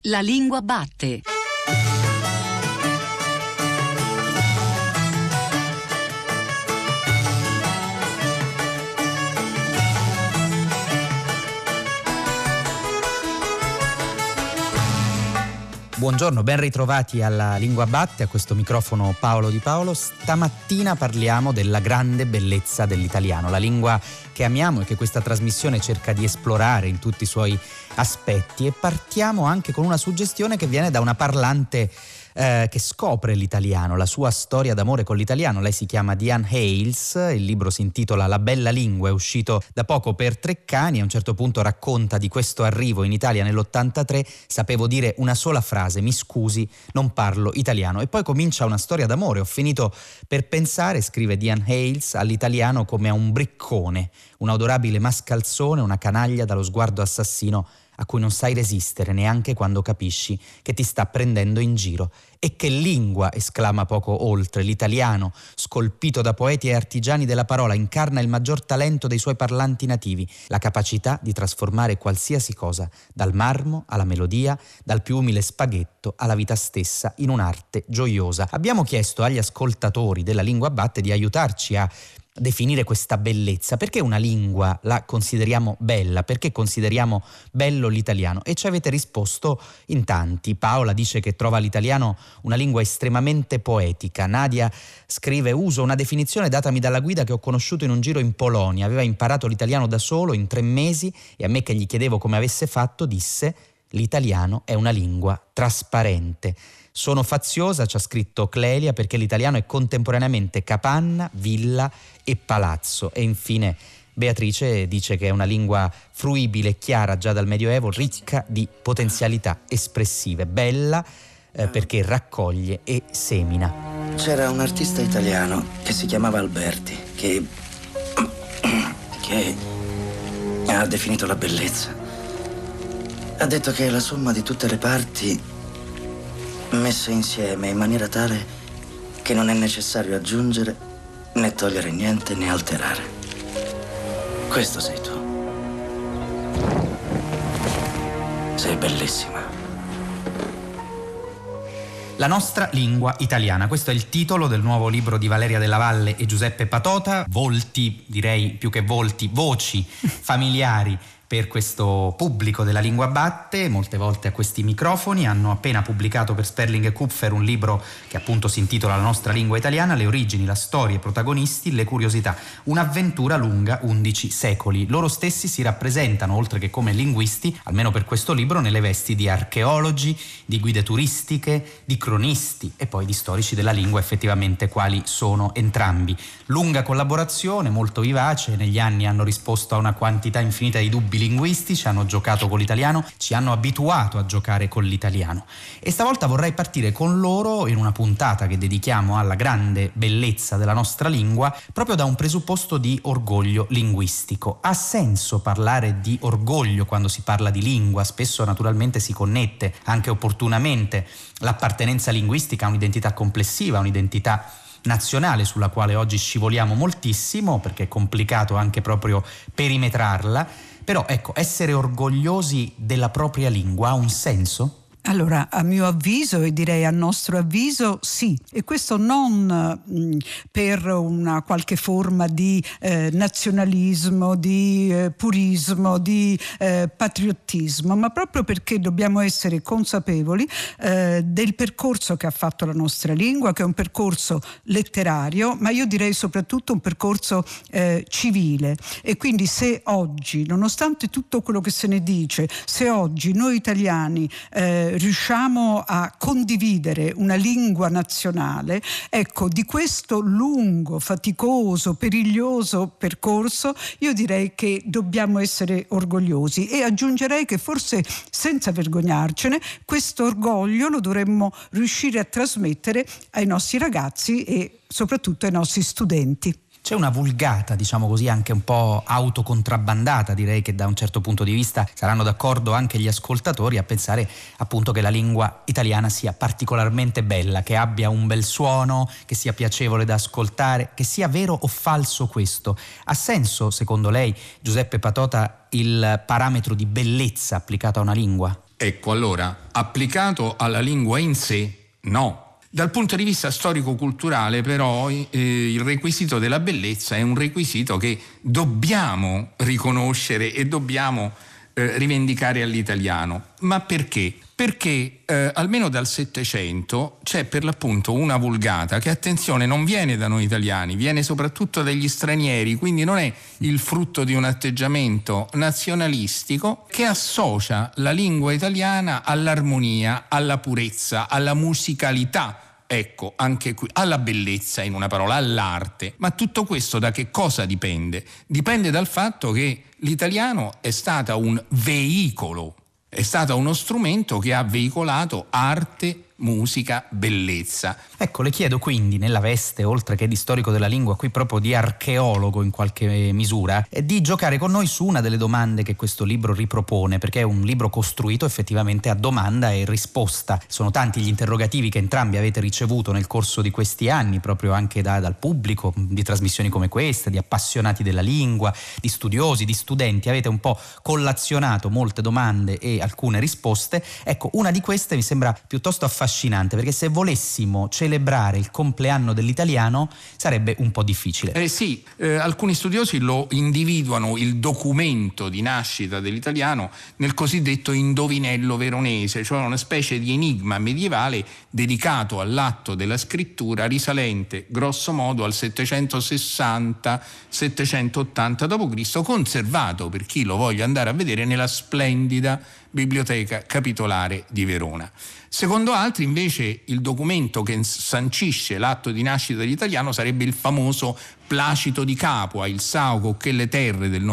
La lingua batte. Buongiorno, ben ritrovati alla Lingua Batte, a questo microfono Paolo Di Paolo. Stamattina parliamo della grande bellezza dell'italiano, la lingua che amiamo e che questa trasmissione cerca di esplorare in tutti i suoi aspetti, e partiamo anche con una suggestione che viene da una parlante che scopre l'italiano, la sua storia d'amore con l'italiano. Lei si chiama Diane Hales, il libro si intitola La bella lingua, è uscito da poco per Treccani e a un certo punto racconta di questo arrivo in Italia nell'83. Sapevo dire una sola frase: mi scusi, non parlo italiano. E poi comincia una storia d'amore. Ho finito per pensare, scrive Diane Hales, all'italiano come a un briccone, un adorabile mascalzone, una canaglia dallo sguardo assassino a cui non sai resistere neanche quando capisci che ti sta prendendo in giro. E che lingua, esclama poco oltre, l'italiano, scolpito da poeti e artigiani della parola, incarna il maggior talento dei suoi parlanti nativi, la capacità di trasformare qualsiasi cosa, dal marmo alla melodia, dal più umile spaghetto alla vita stessa, in un'arte gioiosa. Abbiamo chiesto agli ascoltatori della Lingua Batte di aiutarci a definire questa bellezza. Perché una lingua la consideriamo bella? Perché consideriamo bello l'italiano? E ci avete risposto in tanti. Paola dice che trova l'italiano una lingua estremamente poetica. Nadia scrive: uso una definizione datami dalla guida che ho conosciuto in un giro in Polonia. Aveva imparato l'italiano da solo in 3 mesi e a me, che gli chiedevo come avesse fatto, disse: l'italiano è una lingua trasparente. Sono faziosa, ci ha scritto Clelia, perché l'italiano è contemporaneamente capanna, villa e palazzo. E infine Beatrice dice che è una lingua fruibile, chiara già dal Medioevo, ricca di potenzialità espressive, bella perché raccoglie e semina. C'era un artista italiano che si chiamava Alberti che ha definito la bellezza. Ha detto che è la somma di tutte le parti messe insieme in maniera tale che non è necessario aggiungere né togliere niente né alterare. Questo sei tu. Sei bellissima. La nostra lingua italiana, questo è il titolo del nuovo libro di Valeria Della Valle e Giuseppe Patota. Volti, direi più che volti, voci familiari per questo pubblico della Lingua Batte, molte volte a questi microfoni. Hanno appena pubblicato per Sperling e Kupfer un libro che appunto si intitola La nostra lingua italiana, le origini, la storia, i protagonisti, le curiosità, un'avventura lunga 11 secoli. Loro stessi si rappresentano, oltre che come linguisti, almeno per questo libro, nelle vesti di archeologi, di guide turistiche, di cronisti e poi di storici della lingua, effettivamente quali sono entrambi. Lunga collaborazione, molto vivace, negli anni hanno risposto a una quantità infinita di dubbi linguistici, hanno giocato con l'italiano, ci hanno abituato a giocare con l'italiano. E stavolta vorrei partire con loro in una puntata che dedichiamo alla grande bellezza della nostra lingua, proprio da un presupposto di orgoglio linguistico. Ha senso parlare di orgoglio quando si parla di lingua? Spesso naturalmente si connette anche opportunamente l'appartenenza linguistica a un'identità complessiva, a un'identità nazionale sulla quale oggi scivoliamo moltissimo perché è complicato anche proprio perimetrarla. Però ecco, essere orgogliosi della propria lingua ha un senso? Allora, a mio avviso, e direi a nostro avviso, sì, e questo non per una qualche forma di nazionalismo, di purismo, di patriottismo, ma proprio perché dobbiamo essere consapevoli del percorso che ha fatto la nostra lingua, che è un percorso letterario, ma io direi soprattutto un percorso civile. E quindi se oggi, nonostante tutto quello che se ne dice, se oggi noi italiani riusciamo a condividere una lingua nazionale, ecco, di questo lungo, faticoso, periglioso percorso io direi che dobbiamo essere orgogliosi, e aggiungerei che forse senza vergognarcene questo orgoglio lo dovremmo riuscire a trasmettere ai nostri ragazzi e soprattutto ai nostri studenti. C'è una vulgata, diciamo così, anche un po' autocontrabbandata, direi che da un certo punto di vista saranno d'accordo anche gli ascoltatori a pensare appunto che la lingua italiana sia particolarmente bella, che abbia un bel suono, che sia piacevole da ascoltare, che sia vero o falso questo. Ha senso, secondo lei, Giuseppe Patota, il parametro di bellezza applicato a una lingua? Ecco, allora, applicato alla lingua in sé, no. Dal punto di vista storico-culturale, però, il requisito della bellezza è un requisito che dobbiamo riconoscere e dobbiamo rivendicare all'italiano. Ma perché? Perché almeno dal Settecento c'è per l'appunto una vulgata che, attenzione, non viene da noi italiani, viene soprattutto dagli stranieri, quindi non è il frutto di un atteggiamento nazionalistico, che associa la lingua italiana all'armonia, alla purezza, alla musicalità. Ecco, anche qui, alla bellezza, in una parola, all'arte. Ma tutto questo da che cosa dipende? Dipende dal fatto che l'italiano è stata un veicolo, è stato uno strumento che ha veicolato arte, musica, bellezza. Ecco, le chiedo quindi, nella veste, oltre che di storico della lingua, qui proprio di archeologo in qualche misura, di giocare con noi su una delle domande che questo libro ripropone, perché è un libro costruito effettivamente a domanda e risposta. Sono tanti gli interrogativi che entrambi avete ricevuto nel corso di questi anni, proprio anche dal pubblico, di trasmissioni come queste, di appassionati della lingua, di studiosi, di studenti. Avete un po' collazionato molte domande e alcune risposte. Ecco, una di queste mi sembra piuttosto affascinante, perché se volessimo celebrare il compleanno dell'italiano sarebbe un po' difficile. Sì, alcuni studiosi lo individuano, il documento di nascita dell'italiano, nel cosiddetto indovinello veronese, cioè una specie di enigma medievale dedicato all'atto della scrittura, risalente grosso modo al 760-780 d.C., conservato, per chi lo voglia andare a vedere, nella splendida Biblioteca Capitolare di Verona. Secondo altri, invece, il documento che sancisce l'atto di nascita dell'italiano sarebbe il famoso Placito di Capua, il Sauco che le terre del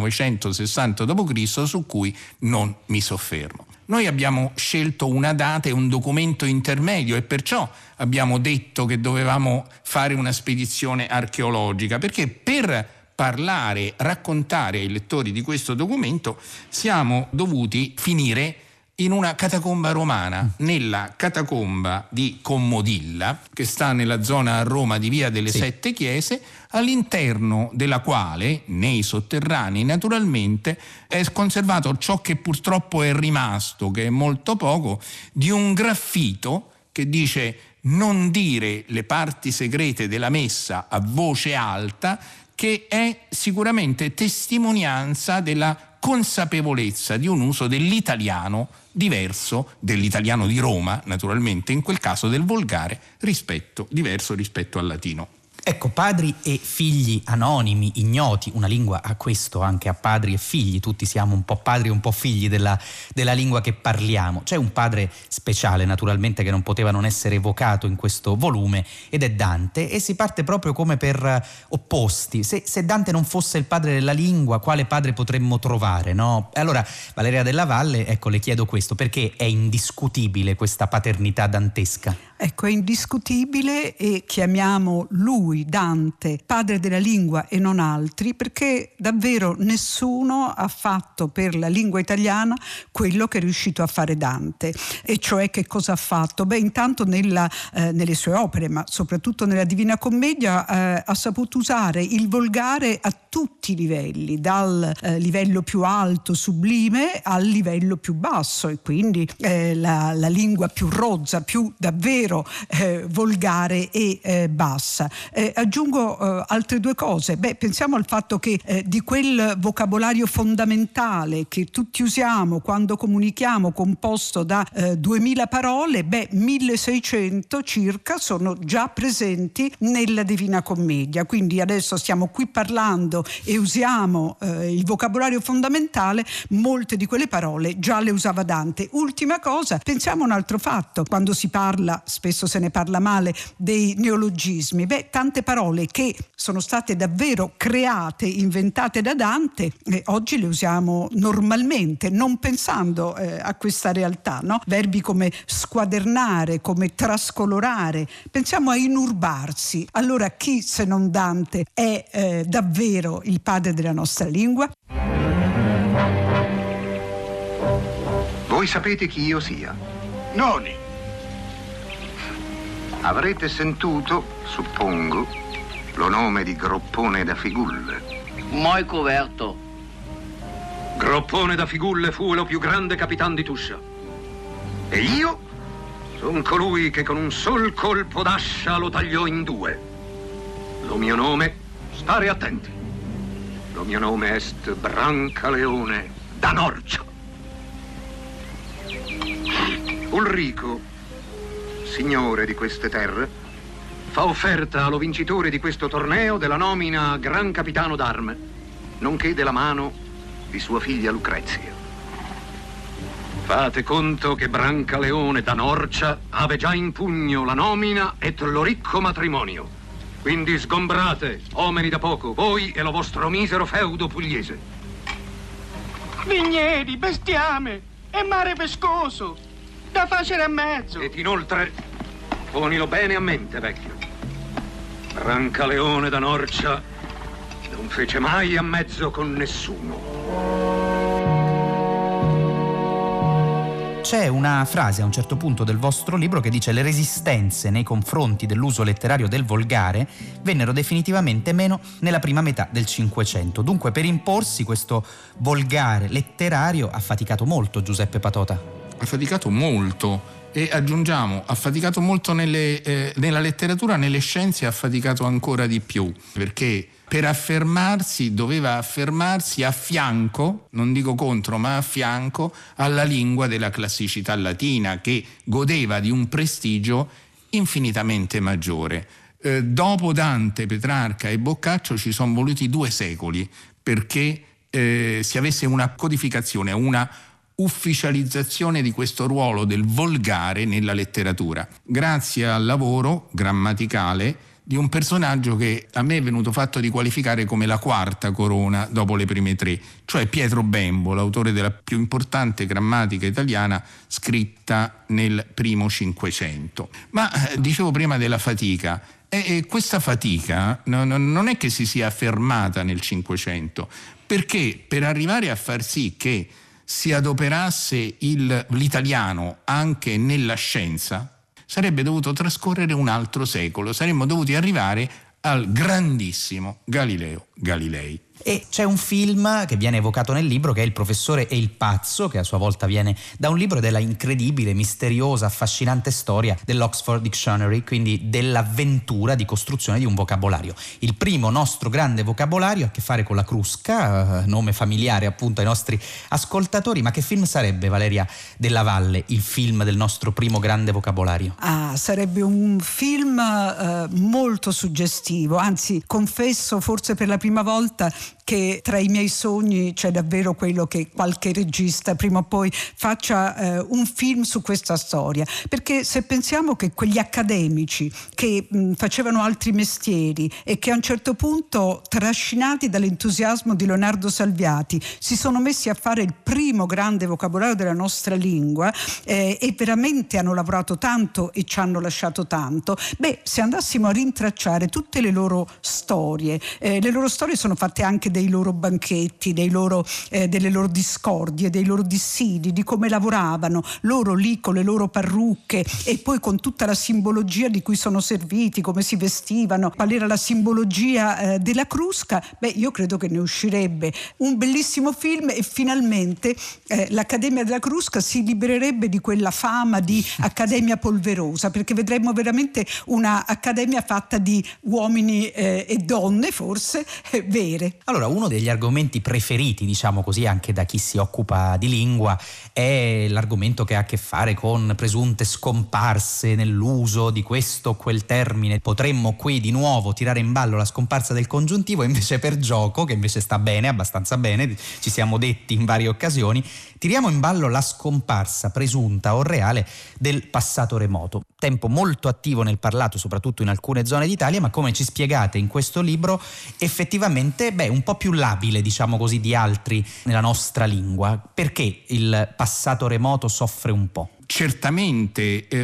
960 d.C., su cui non mi soffermo. Noi abbiamo scelto una data e un documento intermedio e perciò abbiamo detto che dovevamo fare una spedizione archeologica, perché per parlare, raccontare ai lettori di questo documento siamo dovuti finire in una catacomba romana, nella catacomba di Commodilla, che sta nella zona a Roma di Via delle Sette Chiese, all'interno della quale, nei sotterranei naturalmente, è conservato ciò che purtroppo è rimasto, che è molto poco, di un graffito che dice: non dire le parti segrete della messa a voce alta, che è sicuramente testimonianza della consapevolezza di un uso dell'italiano diverso, dell'italiano di Roma, naturalmente, in quel caso del volgare, diverso rispetto al latino. Ecco, padri e figli anonimi, ignoti, una lingua ha questo anche a padri e figli, tutti siamo un po' padri e un po' figli della lingua che parliamo. C'è un padre speciale naturalmente che non poteva non essere evocato in questo volume ed è Dante, e si parte proprio come per opposti. Se Dante non fosse il padre della lingua, quale padre potremmo trovare, no? Allora, Valeria Della Valle, ecco, le chiedo questo, perché è indiscutibile questa paternità dantesca? Ecco, è indiscutibile, e chiamiamo lui, Dante, padre della lingua e non altri, perché davvero nessuno ha fatto per la lingua italiana quello che è riuscito a fare Dante. E cioè, che cosa ha fatto? Beh, intanto nelle sue opere, ma soprattutto nella Divina Commedia, ha saputo usare il volgare a tutti i livelli, dal livello più alto, sublime, al livello più basso, e quindi la lingua più rozza, più davvero volgare e bassa. Aggiungo altre due cose. Pensiamo al fatto che di quel vocabolario fondamentale che tutti usiamo quando comunichiamo, composto da 2000 parole, 1600 circa sono già presenti nella Divina Commedia. Quindi adesso stiamo qui parlando e usiamo il vocabolario fondamentale, molte di quelle parole già le usava Dante. Ultima cosa, pensiamo a un altro fatto: quando si parla, spesso se ne parla male, dei neologismi. Tante parole che sono state davvero create, inventate da Dante, oggi le usiamo normalmente, non pensando a questa realtà, no? Verbi come squadernare, come trascolorare. Pensiamo a inurbarsi. Allora, chi se non Dante è davvero il padre della nostra lingua? Voi sapete chi io sia? Noni. Avrete sentito, suppongo, lo nome di Groppone da Figulle. Mai coperto. Groppone da Figulle fu lo più grande capitan di Tuscia. E io son colui che con un sol colpo d'ascia lo tagliò in due. Lo mio nome, stare attenti, lo mio nome est Brancaleone da Norcia. Ulrico, signore di queste terre, fa offerta allo vincitore di questo torneo della nomina Gran Capitano d'Arme, nonché della mano di sua figlia Lucrezia. Fate conto che Brancaleone da Norcia ave già in pugno la nomina et lo ricco matrimonio. Quindi sgombrate, omeni da poco, voi e lo vostro misero feudo pugliese. Vigneti, bestiame e mare pescoso da facere a mezzo. Ed inoltre, ponilo bene a mente, vecchio. Brancaleone da Norcia non fece mai a mezzo con nessuno. C'è una frase a un certo punto del vostro libro che dice: le resistenze nei confronti dell'uso letterario del volgare vennero definitivamente meno nella prima metà del Cinquecento. Dunque, per imporsi questo volgare letterario ha faticato molto Giuseppe Patota. Ha faticato molto, e aggiungiamo, ha faticato molto nella letteratura, nelle scienze ha faticato ancora di più, perché per affermarsi doveva affermarsi a fianco, non dico contro, ma a fianco alla lingua della classicità latina, che godeva di un prestigio infinitamente maggiore. Dopo Dante, Petrarca e Boccaccio ci sono voluti 2 secoli perché si avesse una codificazione, una ufficializzazione di questo ruolo del volgare nella letteratura, grazie al lavoro grammaticale di un personaggio che a me è venuto fatto di qualificare come la quarta corona dopo le prime 3, cioè Pietro Bembo, l'autore della più importante grammatica italiana scritta nel primo Cinquecento. Ma dicevo prima della fatica, e questa fatica non è che si sia fermata nel Cinquecento, perché per arrivare a far sì che si adoperasse l'italiano anche nella scienza, sarebbe dovuto trascorrere un altro secolo, saremmo dovuti arrivare al grandissimo Galileo Galilei. E c'è un film che viene evocato nel libro, che è Il professore e il pazzo, che a sua volta viene da un libro della incredibile, misteriosa, affascinante storia dell'Oxford Dictionary, quindi dell'avventura di costruzione di un vocabolario. Il primo nostro grande vocabolario ha a che fare con la Crusca, nome familiare appunto ai nostri ascoltatori. Ma che film sarebbe, Valeria Della Valle, il film del nostro primo grande vocabolario? Sarebbe un film molto suggestivo, anzi confesso forse per la prima volta che tra i miei sogni c'è davvero quello che qualche regista prima o poi faccia un film su questa storia, perché se pensiamo che quegli accademici che facevano altri mestieri e che a un certo punto, trascinati dall'entusiasmo di Leonardo Salviati, si sono messi a fare il primo grande vocabolario della nostra lingua e veramente hanno lavorato tanto e ci hanno lasciato tanto, se andassimo a rintracciare tutte le loro storie sono fatte anche dei loro banchetti, delle loro discordie, dei loro dissidi, di come lavoravano loro lì con le loro parrucche e poi con tutta la simbologia di cui sono serviti, come si vestivano, qual era la simbologia della Crusca. Io credo che ne uscirebbe un bellissimo film e finalmente l'Accademia della Crusca si libererebbe di quella fama di accademia polverosa, perché vedremmo veramente una accademia fatta di uomini e donne, forse vere. Allora, uno degli argomenti preferiti, diciamo così, anche da chi si occupa di lingua è l'argomento che ha a che fare con presunte scomparse nell'uso di questo o quel termine. Potremmo qui di nuovo tirare in ballo la scomparsa del congiuntivo, invece per gioco, che invece sta bene, abbastanza bene, ci siamo detti in varie occasioni, tiriamo in ballo la scomparsa presunta o reale del passato remoto. Tempo molto attivo nel parlato, soprattutto in alcune zone d'Italia, ma come ci spiegate in questo libro, effettivamente un po' più labile, diciamo così, di altri nella nostra lingua. Perché il passato remoto soffre un po'? Certamente,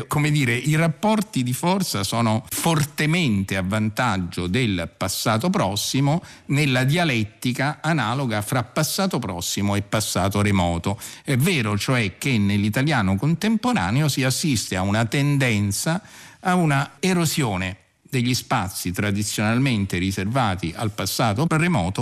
i rapporti di forza sono fortemente a vantaggio del passato prossimo nella dialettica analoga fra passato prossimo e passato remoto. È vero, cioè, che nell'italiano contemporaneo si assiste a una tendenza a una erosione degli spazi tradizionalmente riservati al passato remoto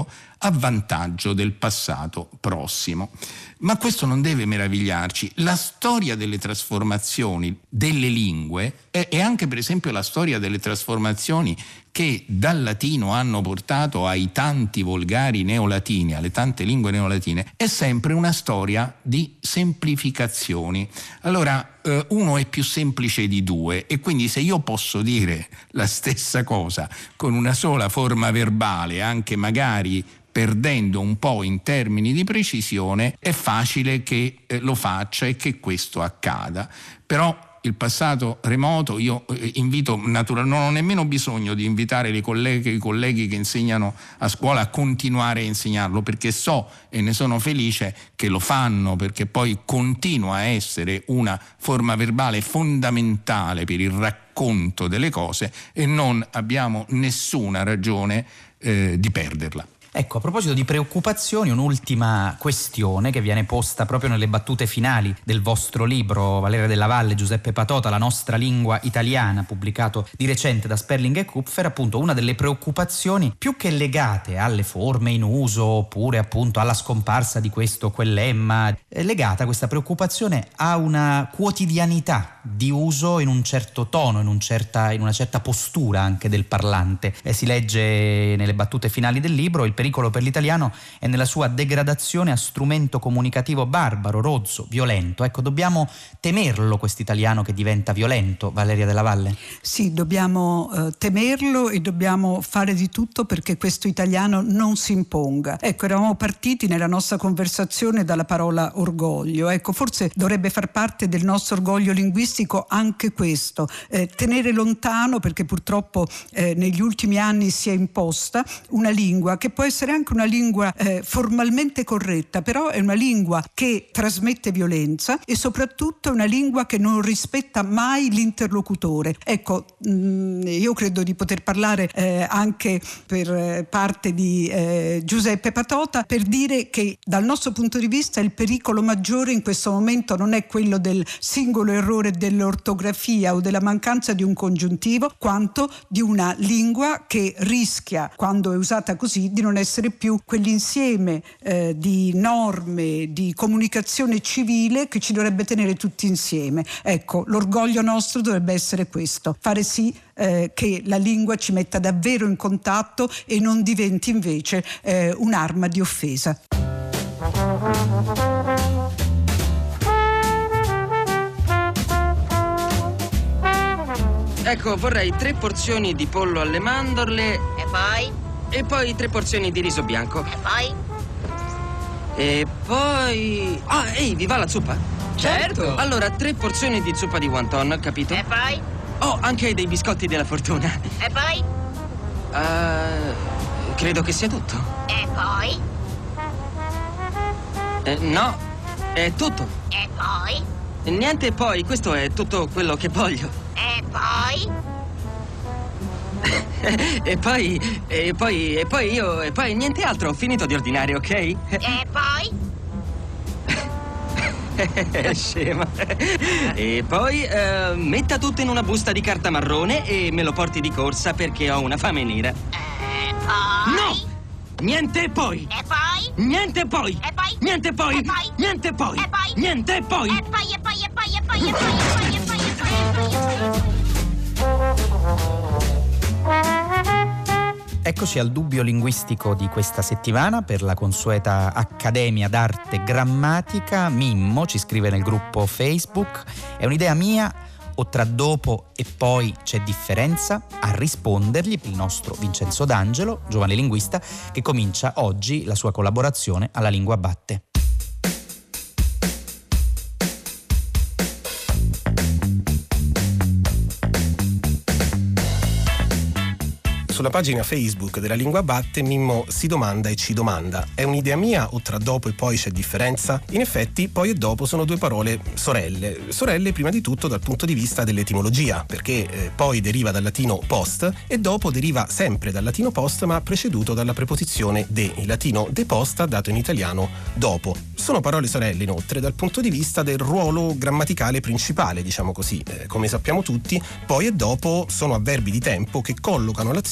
a vantaggio del passato prossimo. Ma questo non deve meravigliarci. La storia delle trasformazioni delle lingue è anche per esempio la storia delle trasformazioni che dal latino hanno portato ai tanti volgari neolatini, alle tante lingue neolatine, è sempre una storia di semplificazioni. Allora, uno è più semplice di due, e quindi se io posso dire la stessa cosa con una sola forma verbale, anche magari perdendo un po' in termini di precisione, è facile che lo faccia e che questo accada. Però il passato remoto, io invito naturalmente, non ho nemmeno bisogno di invitare i colleghi che insegnano a scuola a continuare a insegnarlo, perché so e ne sono felice che lo fanno, perché poi continua a essere una forma verbale fondamentale per il racconto delle cose e non abbiamo nessuna ragione di perderla. Ecco, a proposito di preoccupazioni, un'ultima questione che viene posta proprio nelle battute finali del vostro libro, Valeria Della Valle, Giuseppe Patota, La nostra lingua italiana, pubblicato di recente da Sperling e Kupfer. Appunto, una delle preoccupazioni più che legate alle forme in uso oppure appunto alla scomparsa di questo o quel lemma, è legata questa preoccupazione a una quotidianità di uso in un certo tono, in una certa postura anche del parlante. Si legge nelle battute finali del libro: il pericolo per l'italiano è nella sua degradazione a strumento comunicativo barbaro, rozzo, violento. Ecco, dobbiamo temerlo quest'italiano che diventa violento, Valeria Della Valle? Sì, dobbiamo temerlo e dobbiamo fare di tutto perché questo italiano non si imponga. Ecco, eravamo partiti nella nostra conversazione dalla parola orgoglio. Ecco, forse dovrebbe far parte del nostro orgoglio linguistico anche questo, tenere lontano, perché purtroppo negli ultimi anni si è imposta una lingua che può essere anche una lingua formalmente corretta, però è una lingua che trasmette violenza e soprattutto è una lingua che non rispetta mai l'interlocutore. Ecco, io credo di poter parlare anche per parte di Giuseppe Patota per dire che dal nostro punto di vista il pericolo maggiore in questo momento non è quello del singolo errore dell'ortografia o della mancanza di un congiuntivo, quanto di una lingua che rischia, quando è usata così, di non essere più quell'insieme di norme, di comunicazione civile che ci dovrebbe tenere tutti insieme. Ecco, l'orgoglio nostro dovrebbe essere questo, fare sì che la lingua ci metta davvero in contatto e non diventi invece un'arma di offesa. Ecco, vorrei 3 porzioni di pollo alle mandorle. E poi? E poi 3 porzioni di riso bianco. E poi? E poi... Ah, ehi, vi va la zuppa? Certo! Allora, 3 porzioni di zuppa di wonton, capito? E poi? Oh, anche dei biscotti della fortuna. E poi? Credo che sia tutto. E poi? No, è tutto. E poi? Niente poi, questo è tutto quello che voglio. E poi? E poi niente altro, ho finito di ordinare, ok? E poi? Scema. E poi metta tutto in una busta di carta marrone e me lo porti di corsa perché ho una fame nera. E poi? No! Niente poi! E poi? Niente poi! E poi? Niente poi! E poi? Niente poi! E poi? Niente poi! E poi? Eccoci al dubbio linguistico di questa settimana per la consueta Accademia d'Arte Grammatica. Mimmo ci scrive nel gruppo Facebook: è un'idea mia o tra dopo e poi c'è differenza? A rispondergli il nostro Vincenzo D'Angelo, giovane linguista, che comincia oggi la sua collaborazione alla Lingua Batte. Sulla pagina Facebook della Lingua Batte Mimmo si domanda e ci domanda: è un'idea mia o tra dopo e poi c'è differenza? In effetti poi e dopo sono 2 parole sorelle prima di tutto dal punto di vista dell'etimologia, perché poi deriva dal latino post e dopo deriva sempre dal latino post ma preceduto dalla preposizione de, in latino de post dato in italiano dopo. Sono parole sorelle inoltre dal punto di vista del ruolo grammaticale principale, diciamo così. Come sappiamo tutti, poi e dopo sono avverbi di tempo che collocano l'azione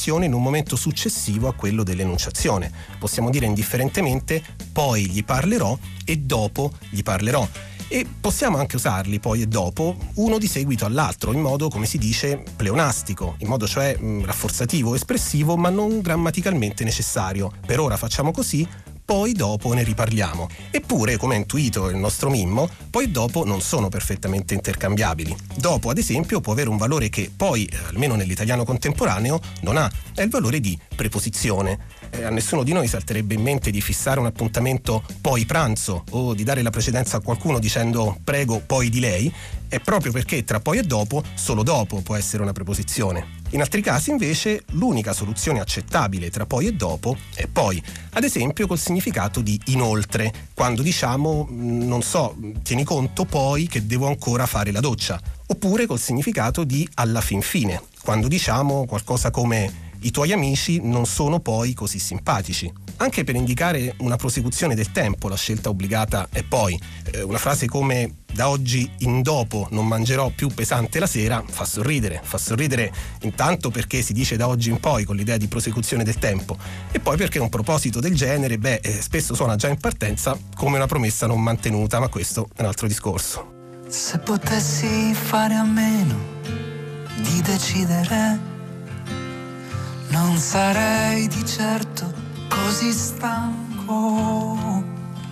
preposizione in un momento successivo a quello dell'enunciazione. Possiamo dire indifferentemente poi gli parlerò e dopo gli parlerò. E possiamo anche usarli poi e dopo, uno di seguito all'altro, in modo, come si dice, pleonastico, in modo cioè rafforzativo, espressivo, ma non grammaticalmente necessario. Per ora facciamo così, poi dopo ne riparliamo. Eppure, come ha intuito il nostro Mimmo, poi e dopo non sono perfettamente intercambiabili. Dopo, ad esempio, può avere un valore che poi, almeno nell'italiano contemporaneo, non ha. È il valore di preposizione. A nessuno di noi salterebbe in mente di fissare un appuntamento poi pranzo o di dare la precedenza a qualcuno dicendo prego poi di lei. È proprio perché tra poi e dopo, solo dopo può essere una preposizione. In altri casi invece l'unica soluzione accettabile tra poi e dopo è poi, ad esempio col significato di inoltre, quando diciamo non so, tieni conto poi che devo ancora fare la doccia, oppure col significato di alla fin fine, quando diciamo qualcosa come i tuoi amici non sono poi così simpatici. Anche per indicare una prosecuzione del tempo, la scelta obbligata è poi. Una frase come da oggi in dopo non mangerò più pesante la sera fa sorridere intanto perché si dice da oggi in poi con l'idea di prosecuzione del tempo, e poi perché un proposito del genere spesso suona già in partenza come una promessa non mantenuta, ma questo è un altro discorso. Se potessi fare a meno di decidere, non sarei di certo così stanco.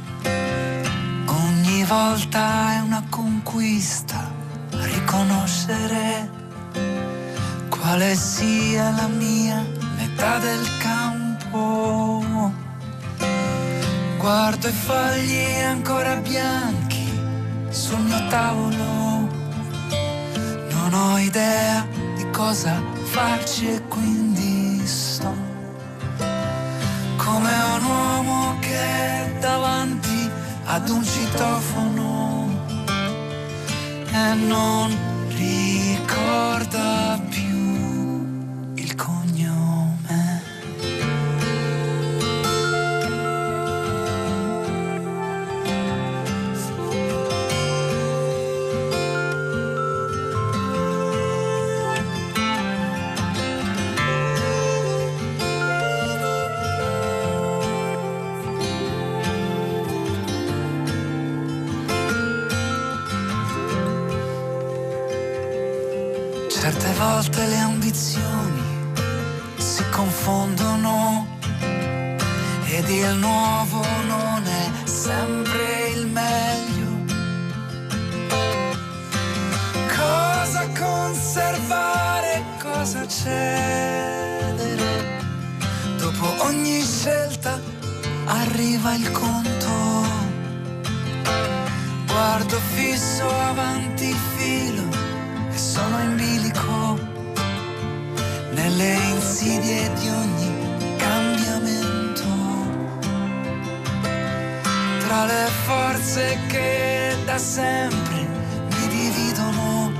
Ogni volta è una conquista riconoscere quale sia la mia metà del campo. Guardo i fogli ancora bianchi sul mio tavolo, non ho idea di cosa farci e quindi sto come un uomo che è davanti ad un citofono e non ricorda più il cognome. Certe volte le ambizioni si confondono ed il nuovo non è sempre il meglio. Cosa conservare, cosa cedere? Dopo ogni scelta arriva il conto. Guardo fisso avanti il filo, sono in bilico nelle insidie di ogni cambiamento, tra le forze che da sempre mi dividono,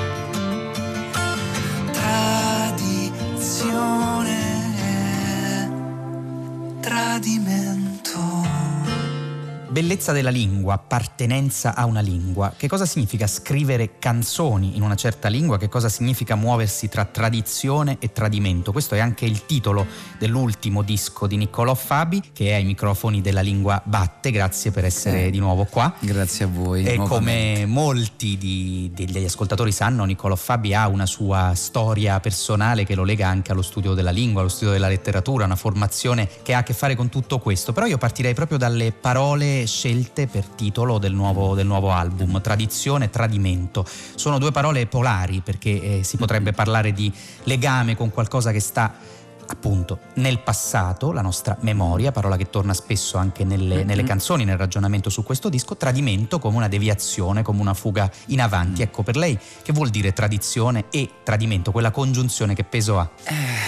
tradizione e tradimento. Bellezza della lingua, appartenenza a una lingua. Che cosa significa scrivere canzoni in una certa lingua? Che cosa significa muoversi tra tradizione e tradimento? Questo è anche il titolo dell'ultimo disco di Niccolò Fabi, che è ai microfoni della Lingua Batte. Grazie per essere di nuovo qua. Grazie a voi. E come molti degli ascoltatori sanno, Niccolò Fabi ha una sua storia personale che lo lega anche allo studio della lingua, allo studio della letteratura, una formazione che ha a che fare con tutto questo. Però io partirei proprio dalle parole scelte per titolo del nuovo album, tradizione e tradimento. Sono due parole polari perché si potrebbe parlare di legame con qualcosa che sta appunto nel passato, la nostra memoria, parola che torna spesso anche nelle canzoni, nel ragionamento su questo disco. Tradimento come una deviazione, come una fuga in avanti. Ecco, per lei che vuol dire tradizione e tradimento, quella congiunzione, che peso ha?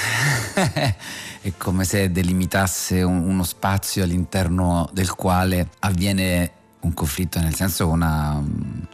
È come se delimitasse uno spazio all'interno del quale avviene un conflitto, nel senso una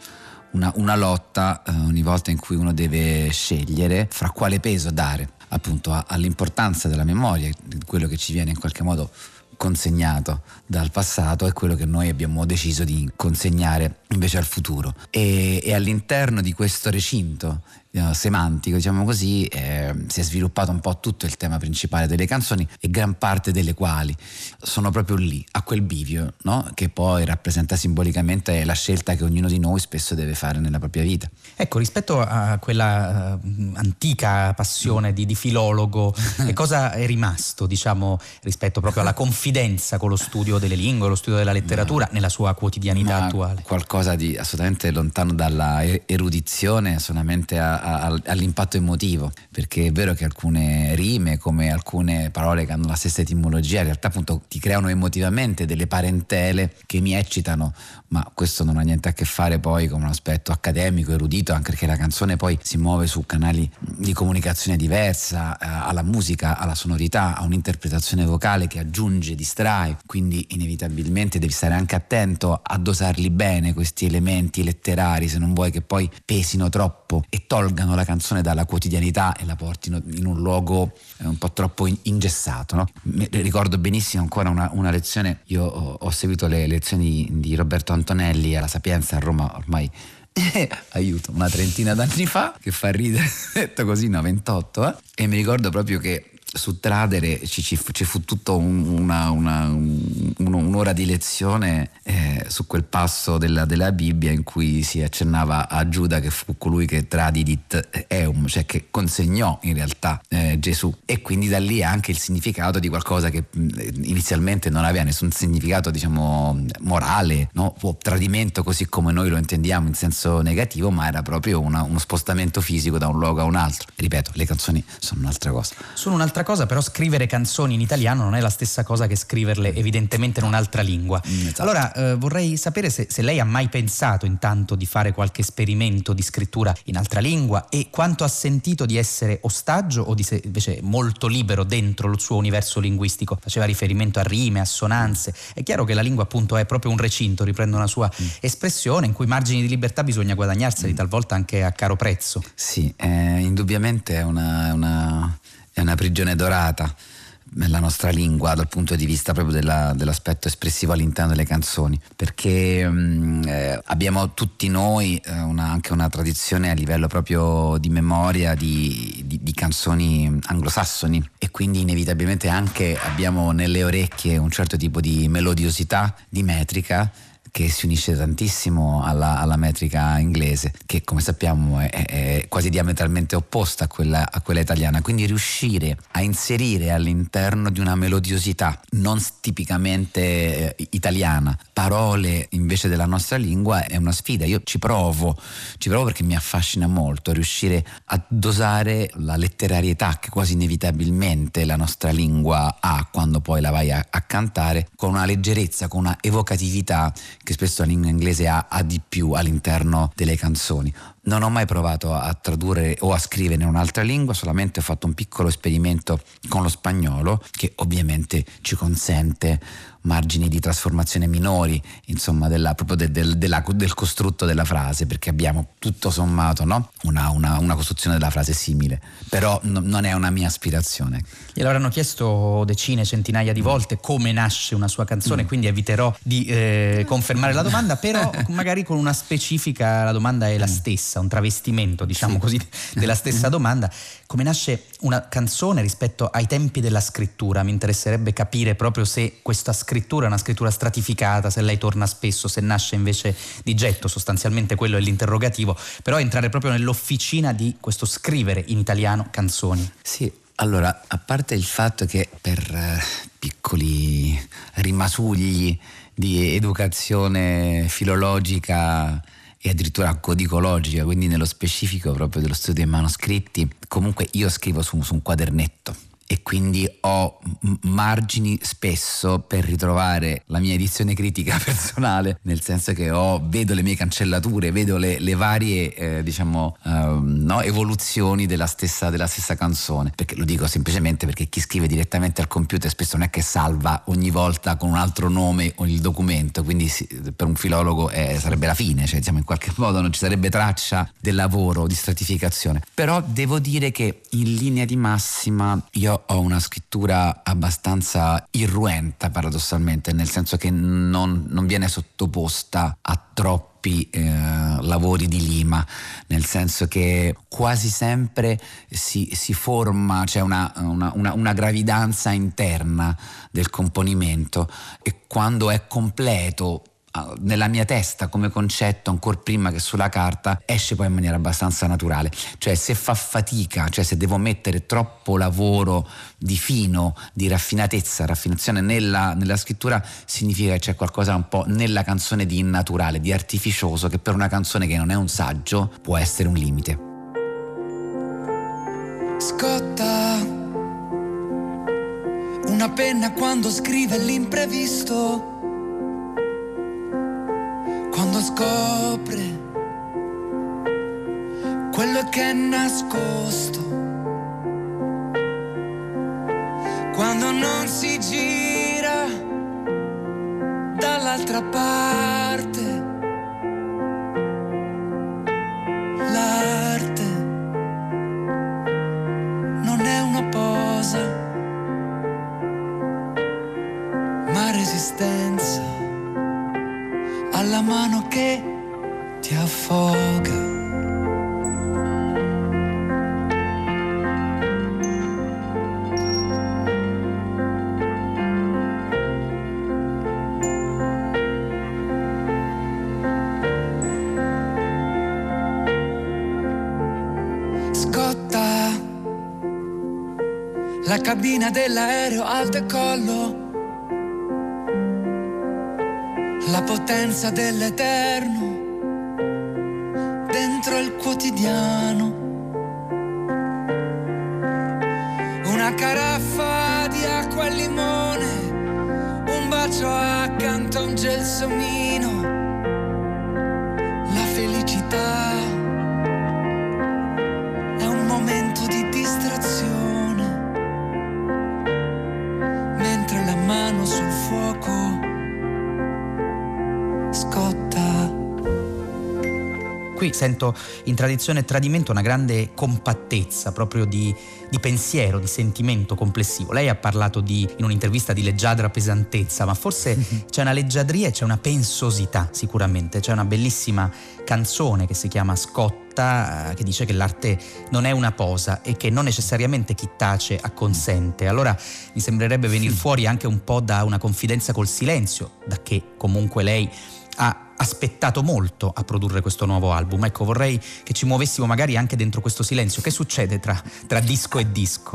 lotta ogni volta in cui uno deve scegliere fra quale peso dare appunto all'importanza della memoria, di quello che ci viene in qualche modo consegnato dal passato, e quello che noi abbiamo deciso di consegnare invece al futuro. E all'interno di questo recinto semantico, diciamo così, si è sviluppato un po' tutto il tema principale delle canzoni, e gran parte delle quali sono proprio lì, a quel bivio, no? Che poi rappresenta simbolicamente la scelta che ognuno di noi spesso deve fare nella propria vita. Ecco, rispetto a quella antica passione di filologo, che cosa è rimasto, diciamo, rispetto proprio alla confidenza con lo studio delle lingue, lo studio della letteratura nella sua quotidianità attuale? Qualcosa di assolutamente lontano dalla erudizione, solamente all'impatto emotivo, perché è vero che alcune rime, come alcune parole che hanno la stessa etimologia, in realtà appunto ti creano emotivamente delle parentele che mi eccitano, ma questo non ha niente a che fare poi con un aspetto accademico, erudito, anche perché la canzone poi si muove su canali di comunicazione diversa, alla musica, alla sonorità, a un'interpretazione vocale che aggiunge, distrae, quindi inevitabilmente devi stare anche attento a dosarli bene questi elementi letterari, se non vuoi che poi pesino troppo e tolgano la canzone dalla quotidianità e la portino in un luogo un po' troppo ingessato, no? Ricordo benissimo ancora una lezione, io ho seguito le lezioni di Roberto Antonelli alla Sapienza a Roma ormai aiuto, una trentina d'anni fa, che fa ridere detto così, no, 28, e mi ricordo proprio che su Tradere ci fu tutta un'ora di lezione su quel passo della Bibbia in cui si accennava a Giuda, che fu colui che tradidit eum, cioè che consegnò in realtà Gesù, e quindi da lì anche il significato di qualcosa che inizialmente non aveva nessun significato, diciamo, morale, no? O tradimento così come noi lo intendiamo in senso negativo, ma era proprio uno spostamento fisico da un luogo a un altro. Ripeto, le canzoni sono un'altra cosa. Sono un'altra cosa, però scrivere canzoni in italiano non è la stessa cosa che scriverle evidentemente in un'altra lingua. Esatto. Allora vorrei sapere se lei ha mai pensato intanto di fare qualche esperimento di scrittura in altra lingua, e quanto ha sentito di essere ostaggio o di invece molto libero dentro il suo universo linguistico. Faceva riferimento a rime, assonanze. È chiaro che la lingua appunto è proprio un recinto, riprendo una sua espressione, in cui margini di libertà bisogna guadagnarseli, talvolta anche a caro prezzo. Sì, indubbiamente è una prigione dorata la nostra lingua dal punto di vista proprio dell'aspetto espressivo all'interno delle canzoni, perché abbiamo tutti noi anche una tradizione a livello proprio di memoria di canzoni anglosassoni, e quindi inevitabilmente anche abbiamo nelle orecchie un certo tipo di melodiosità, di metrica, che si unisce tantissimo alla metrica inglese, che come sappiamo è quasi diametralmente opposta a quella italiana. Quindi riuscire a inserire all'interno di una melodiosità non tipicamente italiana parole invece della nostra lingua è una sfida. Io ci provo perché mi affascina molto riuscire a dosare la letterarietà che quasi inevitabilmente la nostra lingua ha quando poi la vai a cantare, con una leggerezza, con una evocatività che spesso la lingua inglese ha di più all'interno delle canzoni. Non ho mai provato a tradurre o a scrivere in un'altra lingua, solamente ho fatto un piccolo esperimento con lo spagnolo, che ovviamente ci consente margini di trasformazione minori, insomma, proprio del costrutto della frase, perché abbiamo tutto sommato, no? una costruzione della frase simile, però non è una mia aspirazione. Glielo avranno chiesto decine, centinaia di volte come nasce una sua canzone, quindi eviterò di confermare la domanda, però magari con una specifica. La domanda è la stessa, un travestimento, diciamo così, della stessa domanda. Come nasce una canzone rispetto ai tempi della scrittura? Mi interesserebbe capire proprio se questa scrittura è una scrittura stratificata, se lei torna spesso, se nasce invece di getto. Sostanzialmente quello è l'interrogativo, però entrare proprio nell'officina di questo scrivere in italiano canzoni. Sì, allora, a parte il fatto che per piccoli rimasugli di educazione filologica e addirittura codicologica, quindi nello specifico proprio dello studio dei manoscritti, comunque io scrivo su un quadernetto e quindi ho margini spesso per ritrovare la mia edizione critica personale, nel senso che vedo le mie cancellature, vedo le varie evoluzioni della stessa canzone, perché lo dico semplicemente perché chi scrive direttamente al computer spesso non è che salva ogni volta con un altro nome o il documento, quindi per un filologo sarebbe la fine, cioè in qualche modo non ci sarebbe traccia del lavoro di stratificazione. Però devo dire che in linea di massima io ho una scrittura abbastanza irruenta, paradossalmente, nel senso che non viene sottoposta a troppi troppi lavori di lima, nel senso che quasi sempre si forma, c'è una gravidanza interna del componimento, e quando è completo nella mia testa come concetto, ancora prima che sulla carta, esce poi in maniera abbastanza naturale. Cioè se fa fatica, cioè se devo mettere troppo lavoro di fino, di raffinazione nella scrittura, significa che c'è qualcosa un po' nella canzone di innaturale, di artificioso, che per una canzone che non è un saggio può essere un limite. Scotta una penna quando scrive l'imprevisto, quando scopre quello che è nascosto, quando non si gira dall'altra parte. L'arte non è una posa, ma resistenza alla mano che ti affoga. Scotta la cabina dell'aereo al decollo, la potenza dell'eterno dentro il quotidiano, una caraffa di acqua e limone, un bacio accanto a un gelsomino, la felicità è un momento di distrazione, mentre la mano sul fuoco scotta. Qui sento in Tradizione e Tradimento una grande compattezza proprio di pensiero, di sentimento complessivo. Lei ha parlato in un'intervista di leggiadra pesantezza, ma forse c'è una leggiadria e c'è una pensosità sicuramente. C'è una bellissima canzone che si chiama Scotta, che dice che l'arte non è una posa e che non necessariamente chi tace acconsente. Allora mi sembrerebbe venire fuori anche un po' da una confidenza col silenzio, da che comunque lei ha aspettato molto a produrre questo nuovo album. Ecco, vorrei che ci muovessimo magari anche dentro questo silenzio. Che succede tra disco e disco?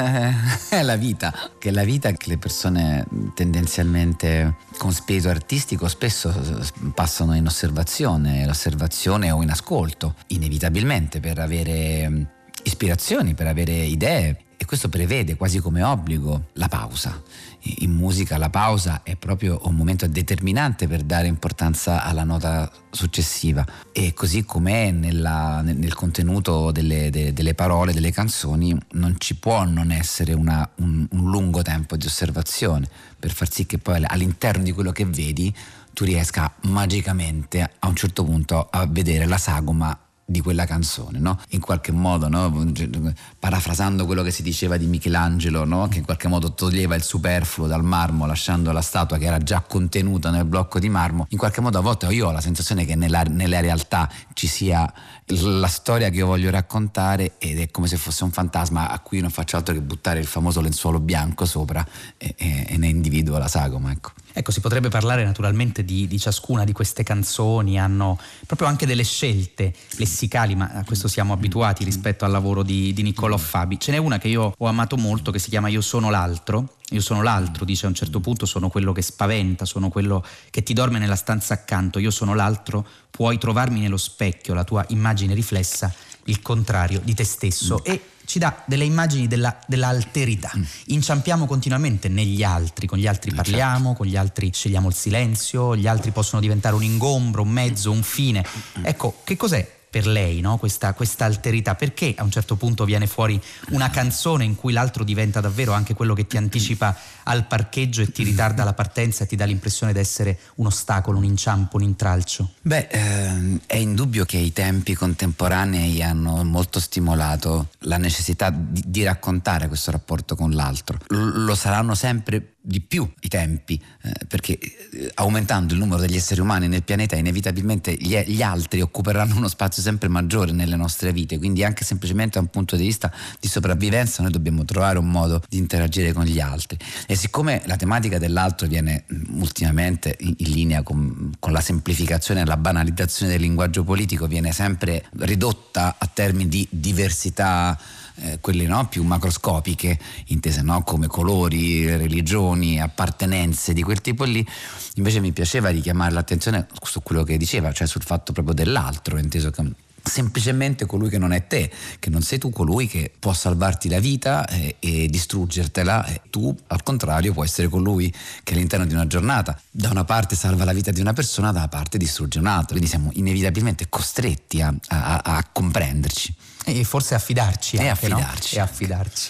È la vita, che le persone tendenzialmente con spirito artistico spesso passano in l'osservazione o in ascolto, inevitabilmente, per avere ispirazioni, per avere idee. E questo prevede quasi come obbligo la pausa. In musica la pausa è proprio un momento determinante per dare importanza alla nota successiva, e così com'è nel contenuto delle parole, delle canzoni, non ci può non essere un lungo tempo di osservazione per far sì che poi all'interno di quello che vedi tu riesca magicamente a un certo punto a vedere la sagoma di quella canzone, no? In qualche modo, no? Parafrasando quello che si diceva di Michelangelo, no? Che in qualche modo toglieva il superfluo dal marmo lasciando la statua che era già contenuta nel blocco di marmo. In qualche modo a volte io ho la sensazione che nella realtà ci sia la storia che io voglio raccontare, ed è come se fosse un fantasma a cui non faccio altro che buttare il famoso lenzuolo bianco sopra e ne individuo la sagoma, ecco. Ecco, si potrebbe parlare naturalmente di ciascuna di queste canzoni, hanno proprio anche delle scelte lessicali, ma a questo siamo abituati rispetto al lavoro di Niccolò Fabi. Ce n'è una che io ho amato molto, che si chiama Io sono l'altro. Io sono l'altro, dice a un certo punto, sono quello che spaventa, sono quello che ti dorme nella stanza accanto. Io sono l'altro, puoi trovarmi nello specchio, la tua immagine riflessa, il contrario di te stesso. E ci dà delle immagini dell'alterità. Inciampiamo continuamente negli altri, con gli altri parliamo, con gli altri scegliamo il silenzio, gli altri possono diventare un ingombro, un mezzo, un fine. Ecco, che cos'è per lei, no? questa alterità? Perché a un certo punto viene fuori una canzone in cui l'altro diventa davvero anche quello che ti anticipa al parcheggio e ti ritarda la partenza e ti dà l'impressione di essere un ostacolo, un inciampo, un intralcio? È indubbio che i tempi contemporanei hanno molto stimolato la necessità di raccontare questo rapporto con l'altro. Lo saranno sempre di più i tempi, perché aumentando il numero degli esseri umani nel pianeta inevitabilmente gli altri occuperanno uno spazio sempre maggiore nelle nostre vite, quindi anche semplicemente da un punto di vista di sopravvivenza noi dobbiamo trovare un modo di interagire con gli altri. E siccome la tematica dell'altro viene ultimamente in linea con la semplificazione e la banalizzazione del linguaggio politico, viene sempre ridotta a termini di diversità, quelle più macroscopiche, intese come colori, religioni, appartenenze di quel tipo lì. Invece mi piaceva richiamare l'attenzione su quello che diceva, cioè sul fatto proprio dell'altro, inteso che semplicemente colui che non è te, che non sei tu colui che può salvarti la vita e distruggertela, e tu al contrario puoi essere colui che all'interno di una giornata da una parte salva la vita di una persona, da una parte distrugge un'altra, quindi siamo inevitabilmente costretti a comprenderci. E forse affidarci anche, affidarci. No? E affidarci.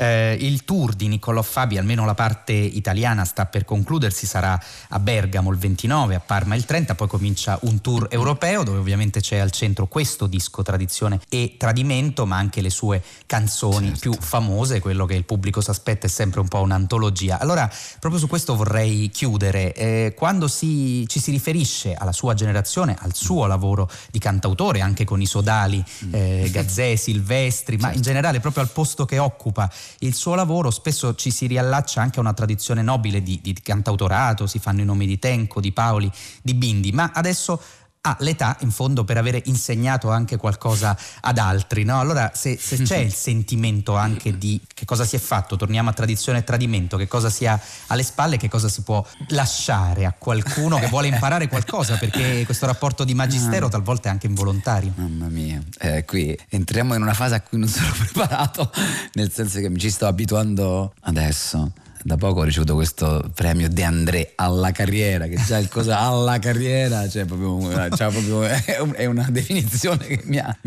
Il tour di Niccolò Fabi, almeno la parte italiana, sta per concludersi, sarà a Bergamo il 29, a Parma il 30, poi comincia un tour europeo dove ovviamente c'è al centro questo disco Tradizione e Tradimento, ma anche le sue canzoni più famose. Quello che il pubblico si aspetta è sempre un po' un'antologia. Allora, proprio su questo vorrei chiudere. Quando ci si riferisce alla sua generazione, al suo lavoro di cantautore, anche con i sodali Gazzè, Silvestri, ma in generale proprio al posto che occupa il suo lavoro, spesso ci si riallaccia anche a una tradizione nobile di cantautorato, si fanno i nomi di Tenco, di Paoli, di Bindi, ma adesso ha l'età in fondo per avere insegnato anche qualcosa ad altri, no? Allora se c'è il sentimento anche di che cosa si è fatto, torniamo a Tradizione e Tradimento, che cosa si ha alle spalle, che cosa si può lasciare a qualcuno che vuole imparare qualcosa, perché questo rapporto di magistero talvolta è anche involontario. Mamma mia, qui entriamo in una fase a cui non sono preparato, nel senso che mi ci sto abituando adesso. Da poco ho ricevuto questo premio De André alla carriera, che già il cosa alla carriera, cioè proprio è una definizione che mi ha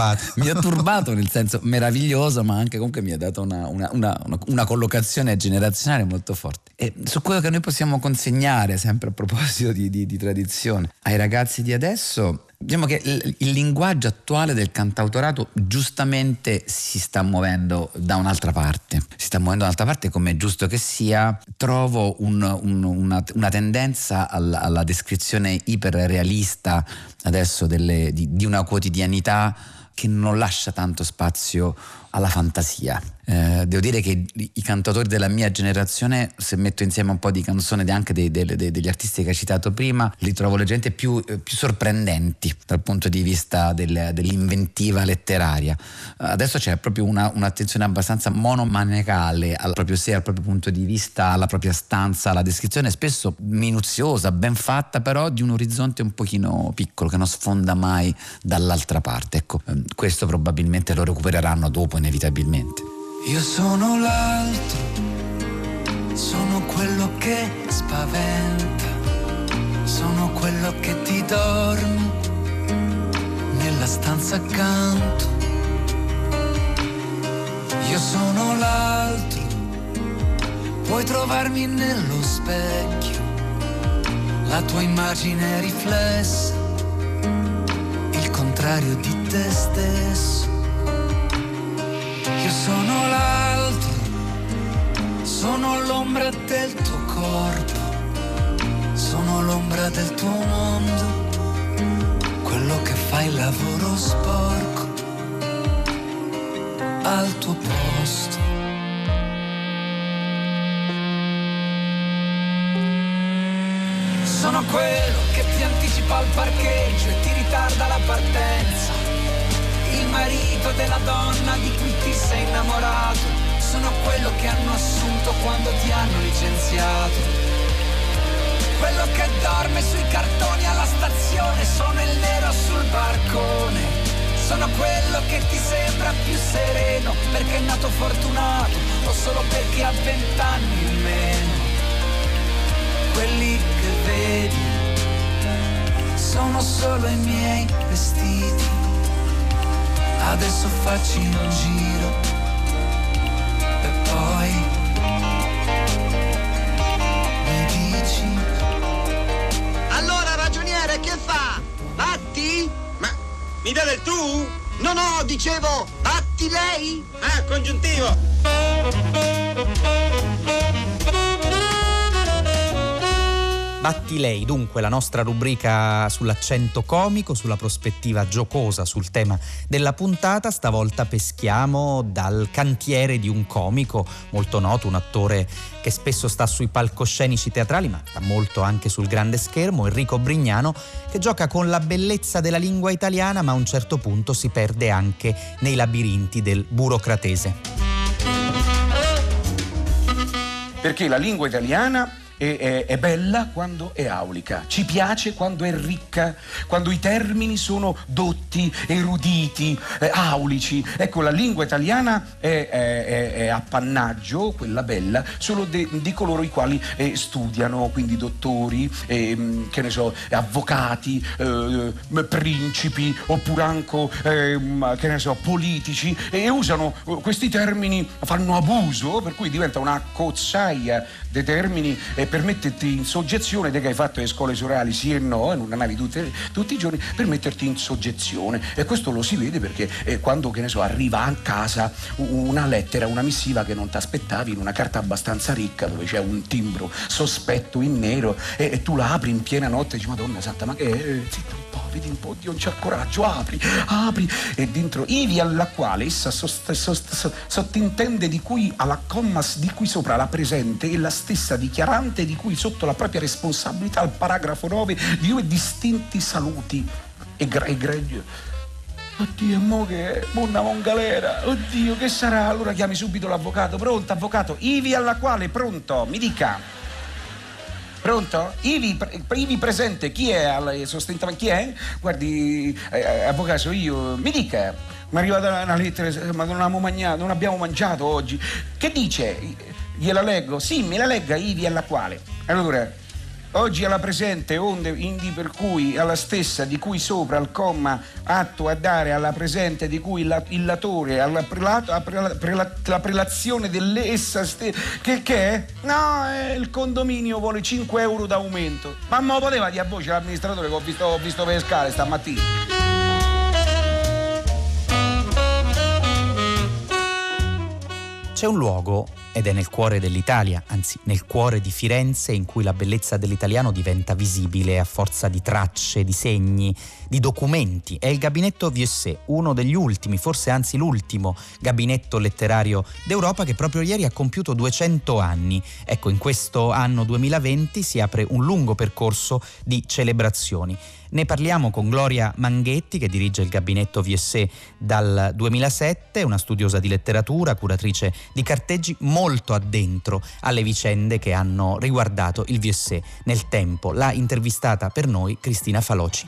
turbato nel senso meraviglioso, ma anche comunque mi ha dato una collocazione generazionale molto forte. E su quello che noi possiamo consegnare, sempre a proposito di tradizione, ai ragazzi di adesso, diciamo che il linguaggio attuale del cantautorato giustamente si sta muovendo da un'altra parte. Come è giusto che sia. Trovo una tendenza alla descrizione iperrealista adesso di una quotidianità che non lascia tanto spazio alla fantasia. Devo dire che i cantautori della mia generazione, se metto insieme un po' di canzoni anche degli artisti che hai citato prima, li trovo leggermente più sorprendenti dal punto di vista dell'inventiva letteraria. Adesso c'è proprio un'attenzione abbastanza monomaniacale al proprio sé, al proprio punto di vista, alla propria stanza, alla descrizione spesso minuziosa, ben fatta, però di un orizzonte un pochino piccolo che non sfonda mai dall'altra parte. Ecco, questo probabilmente lo recupereranno dopo inevitabilmente. Io sono l'altro, sono quello che spaventa, sono quello che ti dorme nella stanza accanto. Io sono l'altro, puoi trovarmi nello specchio, la tua immagine è riflessa, il contrario di te stesso. Io sono l'altro, sono l'ombra del tuo corpo, sono l'ombra del tuo mondo, quello che fa il lavoro sporco al tuo posto. Sono quello che ti anticipa al parcheggio e ti ritarda la partenza, il marito della donna di cui ti sei innamorato. Sono quello che hanno assunto quando ti hanno licenziato, quello che dorme sui cartoni alla stazione, sono il nero sul barcone. Sono quello che ti sembra più sereno perché è nato fortunato o solo perché ha 20 anni in meno. Quelli che vedi sono solo i miei vestiti. Adesso facci un giro e poi mi dici. Allora, ragioniere, che fa? Batti? Ma mi dà del tu? No, dicevo, batti lei? Ah, congiuntivo. Batti lei, dunque, la nostra rubrica sull'accento comico, sulla prospettiva giocosa sul tema della puntata. Stavolta peschiamo dal cantiere di un comico molto noto, un attore che spesso sta sui palcoscenici teatrali, ma sta molto anche sul grande schermo, Enrico Brignano, che gioca con la bellezza della lingua italiana, ma a un certo punto si perde anche nei labirinti del burocratese. Perché la lingua italiana è bella quando è aulica, ci piace quando è ricca, quando i termini sono dotti, eruditi, aulici. Ecco, la lingua italiana è appannaggio, quella bella, solo di coloro i quali studiano, quindi dottori, che ne so, avvocati, principi, oppure anche, che ne so, politici, e usano questi termini, fanno abuso, per cui diventa una cozzaia dei termini per metterti in soggezione, te che hai fatto le scuole sorali sì e no, e non andavi tutti i giorni, per metterti in soggezione. E questo lo si vede perché quando, che ne so, arriva a casa una lettera, una missiva che non ti aspettavi, in una carta abbastanza ricca dove c'è un timbro sospetto in nero, e tu la apri in piena notte e dici: Madonna santa, ma che è? Zitto un po', vedi un po', Dio, non c'è coraggio, apri, e dentro, ivi alla quale essa sottintende di cui alla comma di cui sopra la presente e la stessa dichiarante di cui sotto la propria responsabilità al paragrafo 9 di due distinti saluti egregio. Oddio, mo che andiamo in galera, oddio, che sarà? Allora chiami subito l'avvocato. Pronto, avvocato? Ivi alla quale, pronto, mi dica. Pronto? Ivi presente, chi è? Sostentava, chi è? Guardi, avvocato, io, mi dica. Mi è arrivata una lettera, ma non abbiamo mangiato oggi. Che dice? Gliela leggo? Sì, me la legga, ivi alla quale. Allora, oggi alla presente, onde indi per cui alla stessa di cui sopra al comma atto a dare alla presente di cui il latore alla prelato la prelazione dell'essa che è? No, il condominio vuole 5 euro d'aumento. Ma lo poteva dire a voce l'amministratore che ho visto per le scale stamattina. C'è un luogo, ed è nel cuore dell'Italia, anzi nel cuore di Firenze, in cui la bellezza dell'italiano diventa visibile a forza di tracce, di segni, di documenti. È il gabinetto Vieussé, uno degli ultimi, forse anzi l'ultimo gabinetto letterario d'Europa, che proprio ieri ha compiuto 200 anni. Ecco, in questo anno 2020 si apre un lungo percorso di celebrazioni. Ne parliamo con Gloria Manghetti, che dirige il gabinetto Vieussé dal 2007, una studiosa di letteratura, curatrice di carteggi, molto addentro alle vicende che hanno riguardato il Vieussé nel tempo. L'ha intervistata per noi Cristina Faloci.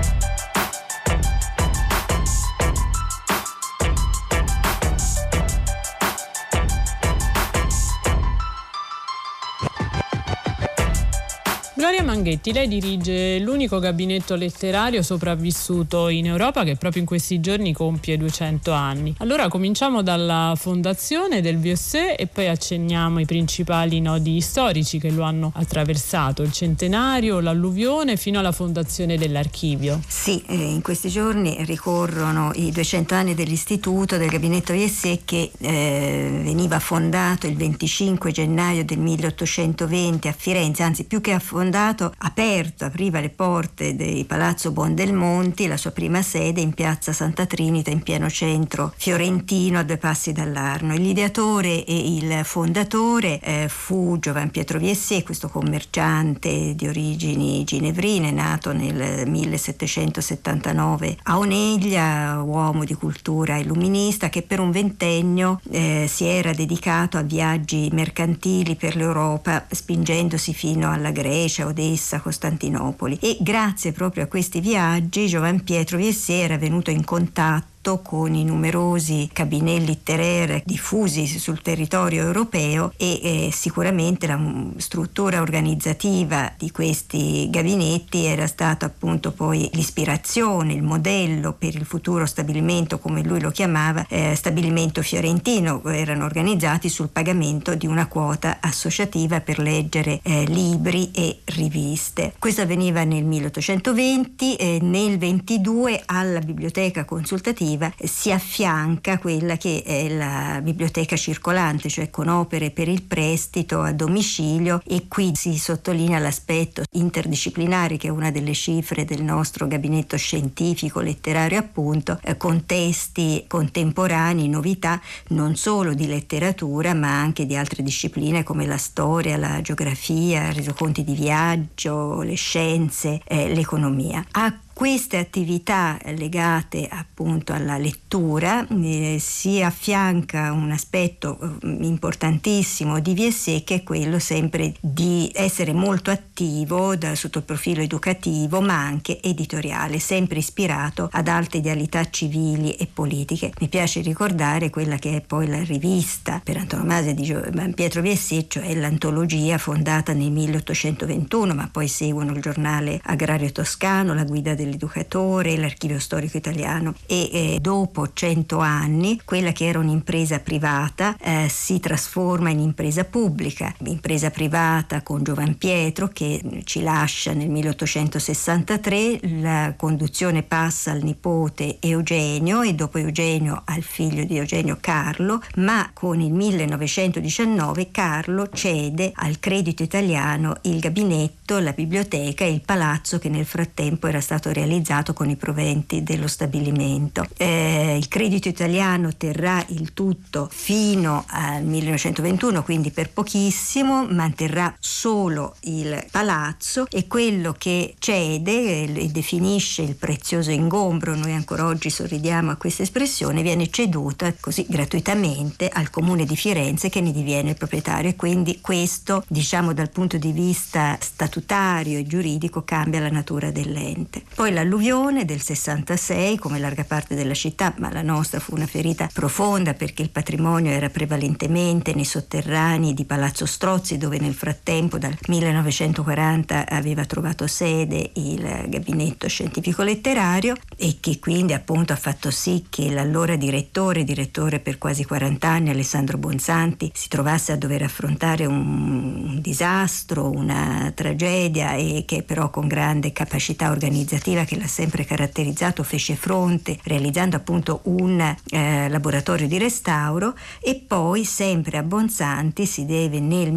Gloria Manghetti, lei dirige l'unico gabinetto letterario sopravvissuto in Europa che proprio in questi giorni compie 200 anni. Allora cominciamo dalla fondazione del Vieussé e poi accenniamo ai principali nodi storici che lo hanno attraversato, il centenario, l'alluvione fino alla fondazione dell'archivio. Sì, in questi giorni ricorrono i 200 anni dell'istituto del gabinetto Vieussé che veniva fondato il 25 gennaio del 1820 a Firenze, anzi più che apriva le porte del Palazzo Buondelmonti, la sua prima sede in piazza Santa Trinita in pieno centro fiorentino a 2 passi dall'Arno. L'ideatore e il fondatore fu Giovan Pietro Vieussé, questo commerciante di origini ginevrine nato nel 1779 a Oneglia, uomo di cultura illuminista che per un ventennio si era dedicato a viaggi mercantili per l'Europa, spingendosi fino alla Grecia, Odessa, Costantinopoli, e grazie proprio a questi viaggi Giovan Pietro Vieussé era venuto in contatto con i numerosi cabinet littéraires diffusi sul territorio europeo e sicuramente la struttura organizzativa di questi gabinetti era stato appunto poi l'ispirazione, il modello per il futuro stabilimento, come lui lo chiamava, stabilimento fiorentino. Erano organizzati sul pagamento di una quota associativa per leggere libri e riviste. Questo avveniva nel 1820 e nel 22 alla biblioteca consultativa successiva si affianca quella che è la biblioteca circolante, cioè con opere per il prestito a domicilio, e qui si sottolinea l'aspetto interdisciplinare, che è una delle cifre del nostro gabinetto scientifico letterario, appunto, con testi contemporanei, novità non solo di letteratura ma anche di altre discipline come la storia, la geografia, resoconti di viaggio, le scienze, l'economia. A queste attività legate appunto alla lettura si affianca un aspetto importantissimo di VSE, che è quello sempre di essere molto attivo sotto il profilo educativo ma anche editoriale, sempre ispirato ad alte idealità civili e politiche. Mi piace ricordare quella che è poi la rivista per antonomasia di Pietro VSE, cioè l'antologia, fondata nel 1821, ma poi seguono il giornale agrario toscano, la guida dell'educatore, l'archivio storico italiano, e dopo 100 anni quella che era un'impresa privata si trasforma in impresa pubblica, impresa privata con Giovan Pietro che ci lascia nel 1863, la conduzione passa al nipote Eugenio e dopo Eugenio al figlio di Eugenio Carlo, ma con il 1919 Carlo cede al Credito Italiano il gabinetto, la biblioteca e il palazzo che nel frattempo era stato realizzato con i proventi dello stabilimento. Il Credito Italiano terrà il tutto fino al 1921, quindi per pochissimo, manterrà solo il palazzo, e quello che cede e definisce il prezioso ingombro, noi ancora oggi sorridiamo a questa espressione, viene ceduta così gratuitamente al Comune di Firenze, che ne diviene il proprietario, e quindi questo, diciamo, dal punto di vista statutario e giuridico cambia la natura dell'ente. Poi l'alluvione del 66, come larga parte della città, ma la nostra fu una ferita profonda perché il patrimonio era prevalentemente nei sotterranei di Palazzo Strozzi, dove nel frattempo dal 1940 aveva trovato sede il gabinetto scientifico letterario, e che quindi appunto ha fatto sì che l'allora direttore per quasi 40 anni, Alessandro Bonsanti, si trovasse a dover affrontare un disastro, una tragedia, e che però con grande capacità organizzativa che l'ha sempre caratterizzato fece fronte realizzando appunto un laboratorio di restauro. E poi sempre a Bonsanti si deve nel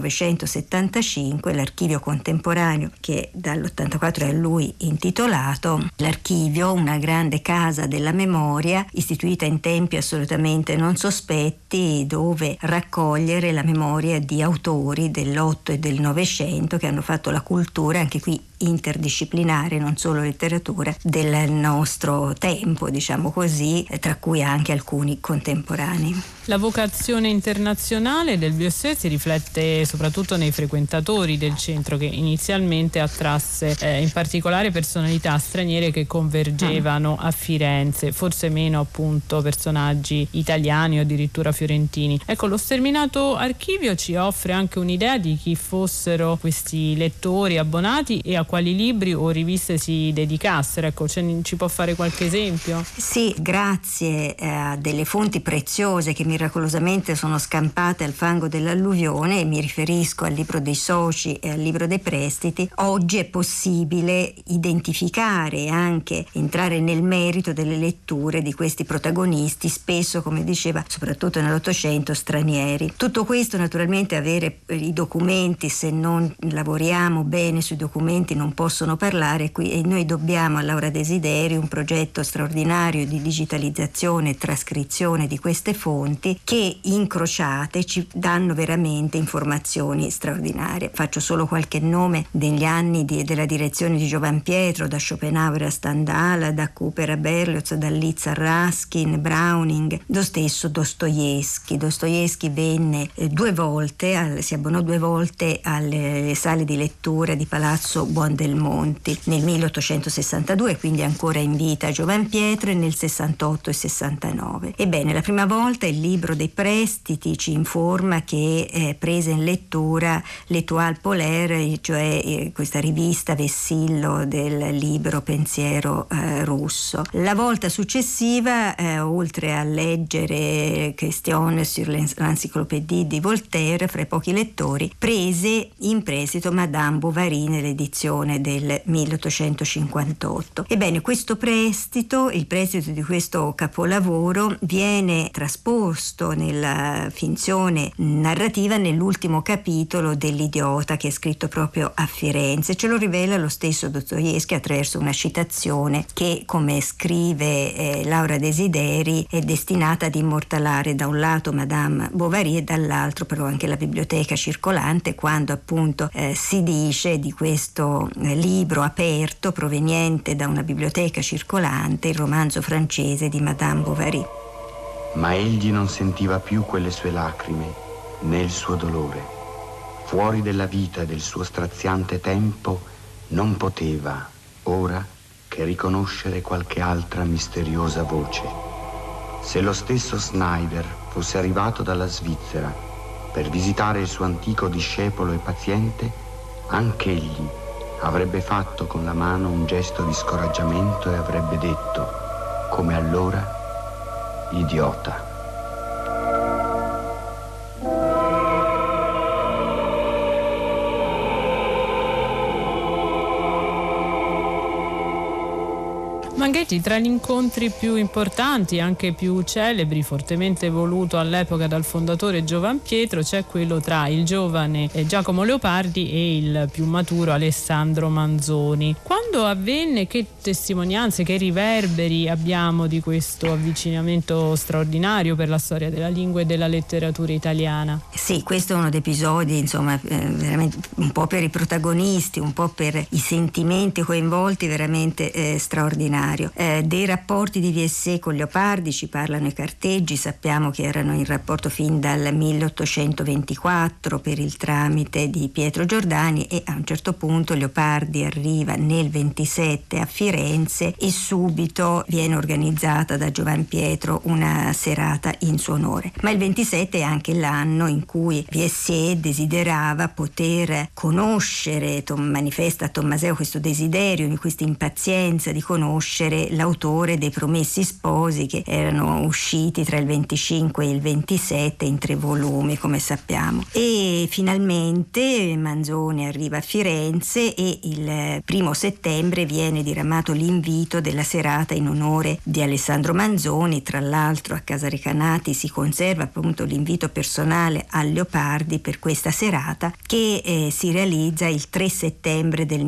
1975 l'archivio contemporaneo, che dall'84 è a lui intitolato. L'archivio, una grande casa della memoria istituita in tempi assolutamente non sospetti, dove raccogliere la memoria di autori dell'8 e del Novecento che hanno fatto la cultura, anche qui interdisciplinare, non solo letteratura, del nostro tempo, diciamo così, tra cui anche alcuni contemporanei. La vocazione internazionale del VSE si riflette soprattutto nei frequentatori del centro, che inizialmente attrasse in particolare personalità straniere che convergevano a Firenze, forse meno appunto personaggi italiani o addirittura fiorentini. Ecco, lo sterminato archivio ci offre anche un'idea di chi fossero questi lettori abbonati e a quali libri o riviste si dedicassero. Ecco, ci può fare qualche esempio? Sì, grazie a delle fonti preziose che miracolosamente sono scampate al fango dell'alluvione, e mi riferisco al libro dei soci e al libro dei prestiti, oggi è possibile identificare e anche entrare nel merito delle letture di questi protagonisti, spesso, come diceva, soprattutto nell'Ottocento, stranieri. Tutto questo naturalmente, avere i documenti, se non lavoriamo bene sui documenti non possono parlare, e noi dobbiamo a Laura Desideri un progetto straordinario di digitalizzazione e trascrizione di queste fonti, che incrociate ci danno veramente informazioni straordinarie. Faccio solo qualche nome degli anni della direzione di Giovan Pietro, da Schopenhauer a Stendhal, da Cooper a Berlioz, da Liszt a Ruskin, Browning, lo stesso Dostoevskij. Dostoevskij venne si abbonò 2 volte alle sale di lettura di Palazzo Buondelmonti nel 1862, quindi ancora in vita Giovan Pietro, e nel 68 e 69. Ebbene, la prima volta il libro dei prestiti ci informa che prese in lettura l'Étoile polaire, cioè questa rivista vessillo del libro pensiero russo. La volta successiva, oltre a leggere Question sur l'encyclopédie di Voltaire, fra i pochi lettori, prese in prestito Madame Bovary nell'edizione edizione del 1858. Ebbene, questo prestito, il prestito di questo capolavoro, viene trasposto nella finzione narrativa nell'ultimo capitolo dell'Idiota, che è scritto proprio a Firenze. Ce lo rivela lo stesso Dostoevskij attraverso una citazione che, come scrive Laura Desideri, è destinata ad immortalare da un lato Madame Bovary e dall'altro però anche la biblioteca circolante, quando appunto si dice di questo libro aperto proveniente da una biblioteca circolante, il romanzo francese di Madame Bovary. Ma egli non sentiva più quelle sue lacrime né il suo dolore. Fuori della vita e del suo straziante tempo non poteva ora che riconoscere qualche altra misteriosa voce. Se lo stesso Snyder fosse arrivato dalla Svizzera per visitare il suo antico discepolo e paziente, anch'egli avrebbe fatto con la mano un gesto di scoraggiamento e avrebbe detto, come allora, idiota. Manghetti, tra gli incontri più importanti e anche più celebri, fortemente voluto all'epoca dal fondatore Giovan Pietro, c'è quello tra il giovane Giacomo Leopardi e il più maturo Alessandro Manzoni. Quando avvenne, che testimonianze, che riverberi abbiamo di questo avvicinamento straordinario per la storia della lingua e della letteratura italiana? Sì, questo è uno dei episodi, insomma, veramente un po' per i protagonisti, un po' per i sentimenti coinvolti, veramente straordinari. Dei rapporti di VSE con Leopardi ci parlano i carteggi, sappiamo che erano in rapporto fin dal 1824 per il tramite di Pietro Giordani, e a un certo punto Leopardi arriva nel 27 a Firenze e subito viene organizzata da Giovan Pietro una serata in suo onore. Ma il 27 è anche l'anno in cui VSE desiderava poter conoscere, manifesta a Tommaseo questo desiderio, questa impazienza di conoscere l'autore dei Promessi Sposi, che erano usciti tra il 25 e il 27 in 3 volumi, come sappiamo. E finalmente Manzoni arriva a Firenze e il 1° settembre viene diramato l'invito della serata in onore di Alessandro Manzoni. Tra l'altro a Casa Recanati si conserva appunto l'invito personale a Leopardi per questa serata, che si realizza il 3 settembre del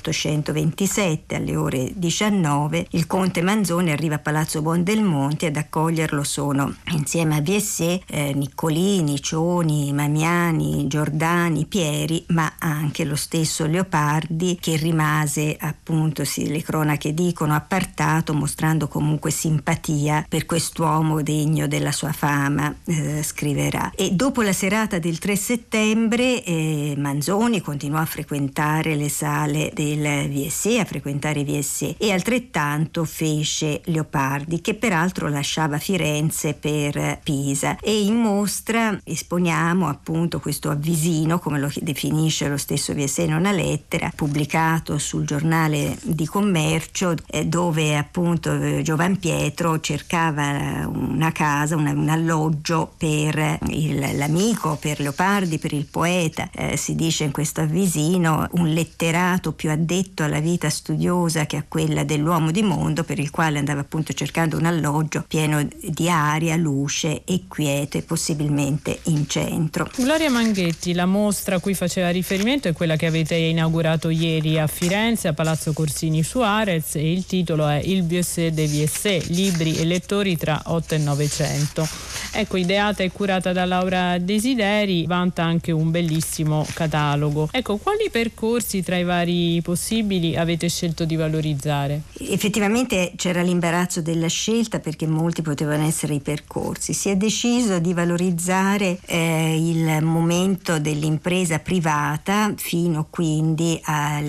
1827 alle ore 19. Il conte Manzoni arriva a Palazzo Buondelmonti, ad accoglierlo sono, insieme a VSE, Niccolini, Cioni, Mamiani, Giordani, Pieri, ma anche lo stesso Leopardi, che rimase appunto, le cronache dicono, appartato, mostrando comunque simpatia per quest'uomo degno della sua fama, scriverà. E dopo la serata del 3 settembre Manzoni continuò a frequentare le sale del VSE, a frequentare VSE, e altrettanto fece Leopardi, che peraltro lasciava Firenze per Pisa. E in mostra esponiamo appunto questo avvisino, come lo definisce lo stesso VSE in una lettera, pubblicato sul giornale di commercio, dove appunto Giovan Pietro cercava una casa, un alloggio per l'amico, per Leopardi, per il poeta. Si dice in questo avvisino: un letterato più addetto alla vita studiosa che a quella dell'uomo di mondo, per il quale andava appunto cercando un alloggio pieno di aria, luce e quieto, e possibilmente in centro. Gloria Manghetti, la mostra a cui faceva riferimento è quella che avete inaugurato ieri a Firenze, a Palazzo Corsini Suarez, e il titolo è Il VSE dei VSE, libri e lettori tra 8 e 900. Ecco, ideata e curata da Laura Desideri, vanta anche un bellissimo catalogo. Ecco, quali percorsi tra i vari possibili avete scelto di valorizzare? Effettivamente c'era l'imbarazzo della scelta, perché molti potevano essere i percorsi. Si è deciso di valorizzare il momento dell'impresa privata fino quindi al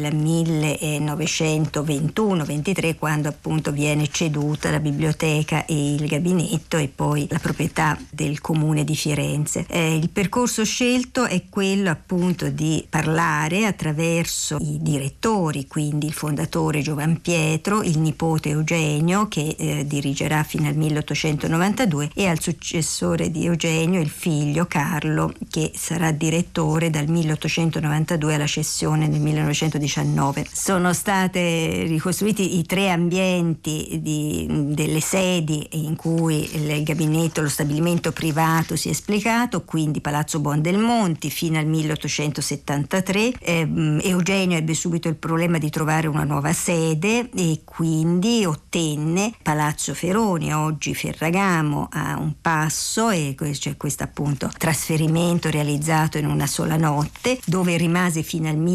1921-23, quando appunto viene ceduta la biblioteca e il gabinetto, e poi la proprietà città del comune di Firenze. Il percorso scelto è quello appunto di parlare attraverso i direttori, quindi il fondatore Giovan Pietro, il nipote Eugenio che dirigerà fino al 1892 e al successore di Eugenio il figlio Carlo che sarà direttore dal 1892 alla cessione nel 1919. Sono state ricostruiti i 3 ambienti delle sedi in cui il gabinetto, lo stabilimento privato si è esplicato, quindi Palazzo Buondelmonti fino al 1873. Eugenio ebbe subito il problema di trovare una nuova sede e quindi ottenne Palazzo Feroni, oggi Ferragamo, a un passo, e c'è questo appunto trasferimento realizzato in una sola notte, dove rimase fino al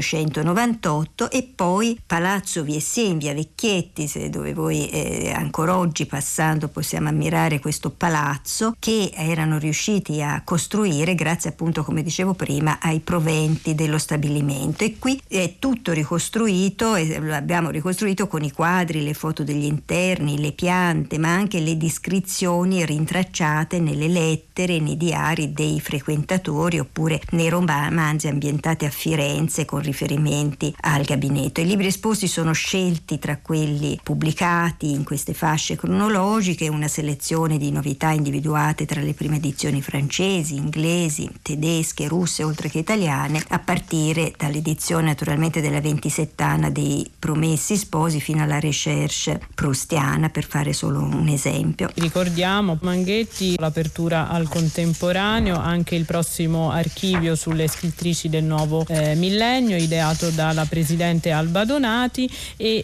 1898, e poi Palazzo Viessier in via Vecchietti, dove voi ancora oggi passando possiamo ammirare questo palazzo che erano riusciti a costruire grazie appunto, come dicevo prima, ai proventi dello stabilimento. E qui è tutto ricostruito e lo abbiamo ricostruito con i quadri, le foto degli interni, le piante, ma anche le descrizioni rintracciate nelle lettere, nei diari dei frequentatori oppure nei romanzi ambientati a Firenze con riferimenti al gabinetto. I libri esposti sono scelti tra quelli pubblicati in queste fasce cronologiche, una selezione di novità individuate tra le prime edizioni francesi, inglesi, tedesche, russe oltre che italiane, a partire dall'edizione naturalmente della 27ª dei Promessi Sposi fino alla Recherche proustiana, per fare solo un esempio. Ricordiamo Manghetti, l'apertura al contemporaneo, anche il prossimo archivio sulle scrittrici del nuovo millennio ideato dalla presidente Alba Donati e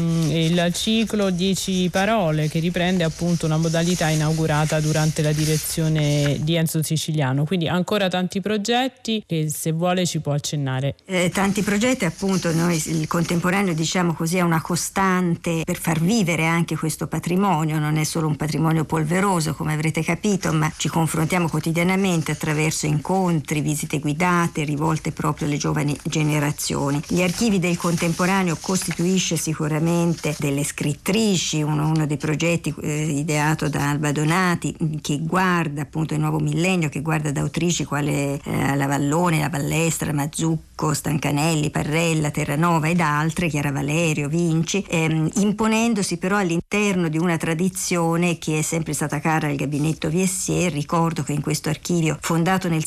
il ciclo 10 parole che riprende appunto una modalità inaugurata durante la direzione di Enzo Siciliano. Quindi ancora tanti progetti che se vuole ci può accennare. Tanti progetti, appunto, noi il contemporaneo diciamo così è una costante per far vivere anche questo patrimonio, non è solo un patrimonio polveroso come avrete capito, ma ci confrontiamo quotidianamente attraverso incontri, visite guidate rivolte proprio alle giovani generazioni. Gli archivi del contemporaneo costituisce sicuramente delle scrittrici, uno dei progetti ideato da Alba Donati che guarda appunto il nuovo millennio, che guarda ad autrici quale la Vallone, la Ballestra, Mazzucco, Stancanelli, Parrella, Terranova ed altre, Chiara Valerio, Vinci, imponendosi però all'interno di una tradizione che è sempre stata cara al gabinetto Viessier. Ricordo che in questo archivio fondato nel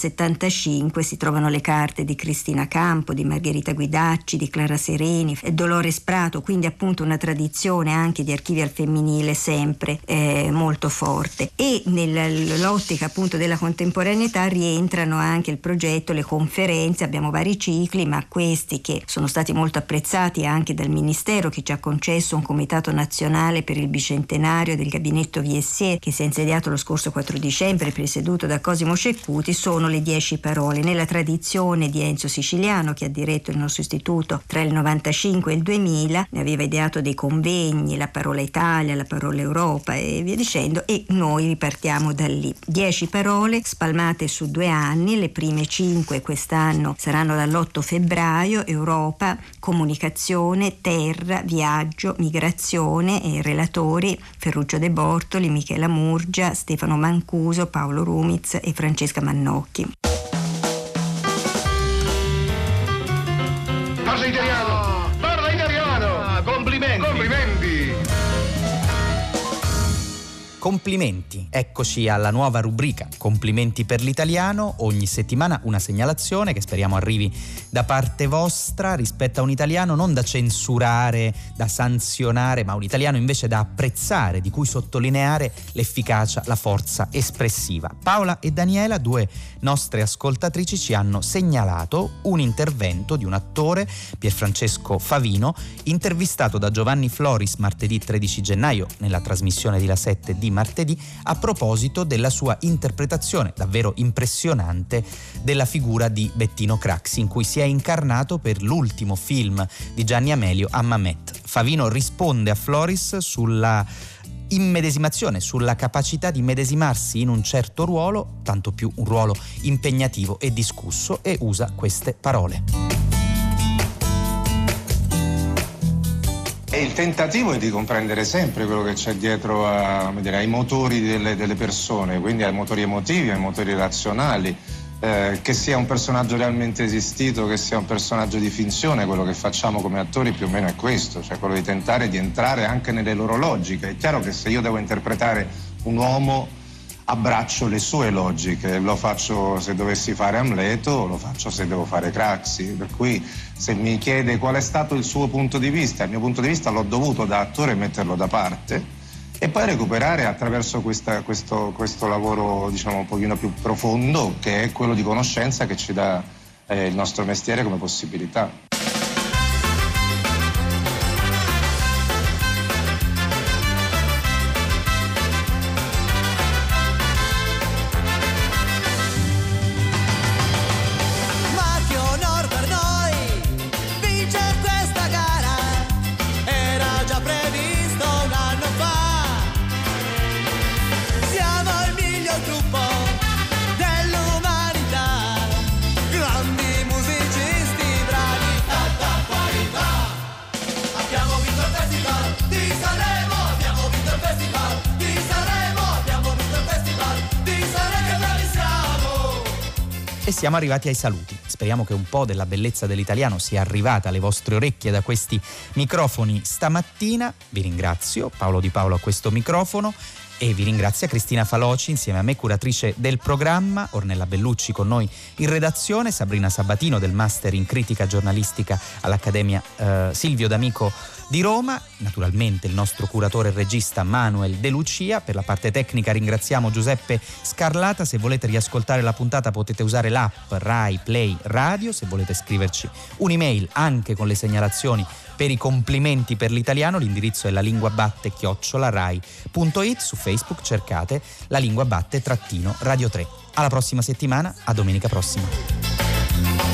75 si trovano le carte di Cristina Campo, di Margherita Guidacci, di Clara Sereni, Dolores Prato, quindi appunto una tradizione anche di archivi al femminile sempre molto forte. E nell'ottica appunto della contemporaneità rientrano anche il progetto, le conferenze, abbiamo vari cicli, ma questi che sono stati molto apprezzati anche dal Ministero, che ci ha concesso un comitato nazionale per il bicentenario del gabinetto Viessier che si è insediato lo scorso 4 dicembre presieduto da Cosimo Ceccuti, sono le 10 parole nella tradizione di Enzo Siciliano, che ha diretto il nostro istituto tra il 95 e il 2000, ne aveva ideato dei convegni, la parola Italia, la parola Europa e via dicendo, e noi ripartiamo da lì. 10 parole spalmate su 2 anni, le prime 5 quest'anno saranno dall'8 febbraio, Europa, comunicazione, terra, viaggio, migrazione, e relatori Ferruccio De Bortoli, Michela Murgia, Stefano Mancuso, Paolo Rumiz e Francesca Mannocchi. Parla italiano! Parla italiano! Complimenti! Complimenti! Complimenti, eccoci alla nuova rubrica Complimenti per l'italiano. Ogni settimana una segnalazione che speriamo arrivi da parte vostra rispetto a un italiano non da censurare, da sanzionare, ma un italiano invece da apprezzare, di cui sottolineare l'efficacia, la forza espressiva. Paola e Daniela, 2 nostre ascoltatrici, ci hanno segnalato un intervento di un attore, Pierfrancesco Favino, intervistato da Giovanni Floris martedì 13 gennaio nella trasmissione di La 7 di martedì, a proposito della sua interpretazione davvero impressionante della figura di Bettino Craxi, in cui si è incarnato per l'ultimo film di Gianni Amelio, A Mamet. Favino risponde a Floris sulla immedesimazione, sulla capacità di medesimarsi in un certo ruolo, tanto più un ruolo impegnativo e discusso, e usa queste parole. E il tentativo è di comprendere sempre quello che c'è dietro ai motori delle persone, quindi ai motori emotivi, ai motori razionali, che sia un personaggio realmente esistito, che sia un personaggio di finzione. Quello che facciamo come attori più o meno è questo, cioè quello di tentare di entrare anche nelle loro logiche. È chiaro che se io devo interpretare un uomo abbraccio le sue logiche, lo faccio se dovessi fare Amleto, lo faccio se devo fare Craxi, per cui se mi chiede qual è stato il suo punto di vista, il mio punto di vista l'ho dovuto da attore metterlo da parte e poi recuperare attraverso questo lavoro, diciamo, un pochino più profondo, che è quello di conoscenza che ci dà il nostro mestiere come possibilità. E siamo arrivati ai saluti. Speriamo che un po' della bellezza dell'italiano sia arrivata alle vostre orecchie da questi microfoni stamattina. Vi ringrazio, Paolo Di Paolo a questo microfono, e vi ringrazia Cristina Faloci insieme a me, curatrice del programma, Ornella Bellucci con noi in redazione, Sabrina Sabatino del Master in Critica Giornalistica all'Accademia Silvio D'Amico di Roma, naturalmente il nostro curatore e regista Manuel De Lucia. Per la parte tecnica ringraziamo Giuseppe Scarlata. Se volete riascoltare la puntata potete usare l'app Rai Play Radio, se volete scriverci un'email anche con le segnalazioni per i complimenti per l'italiano l'indirizzo è lalinguabatte@rai.it. Su Facebook cercate La Lingua Batte _Radio 3. Alla prossima settimana, a domenica prossima.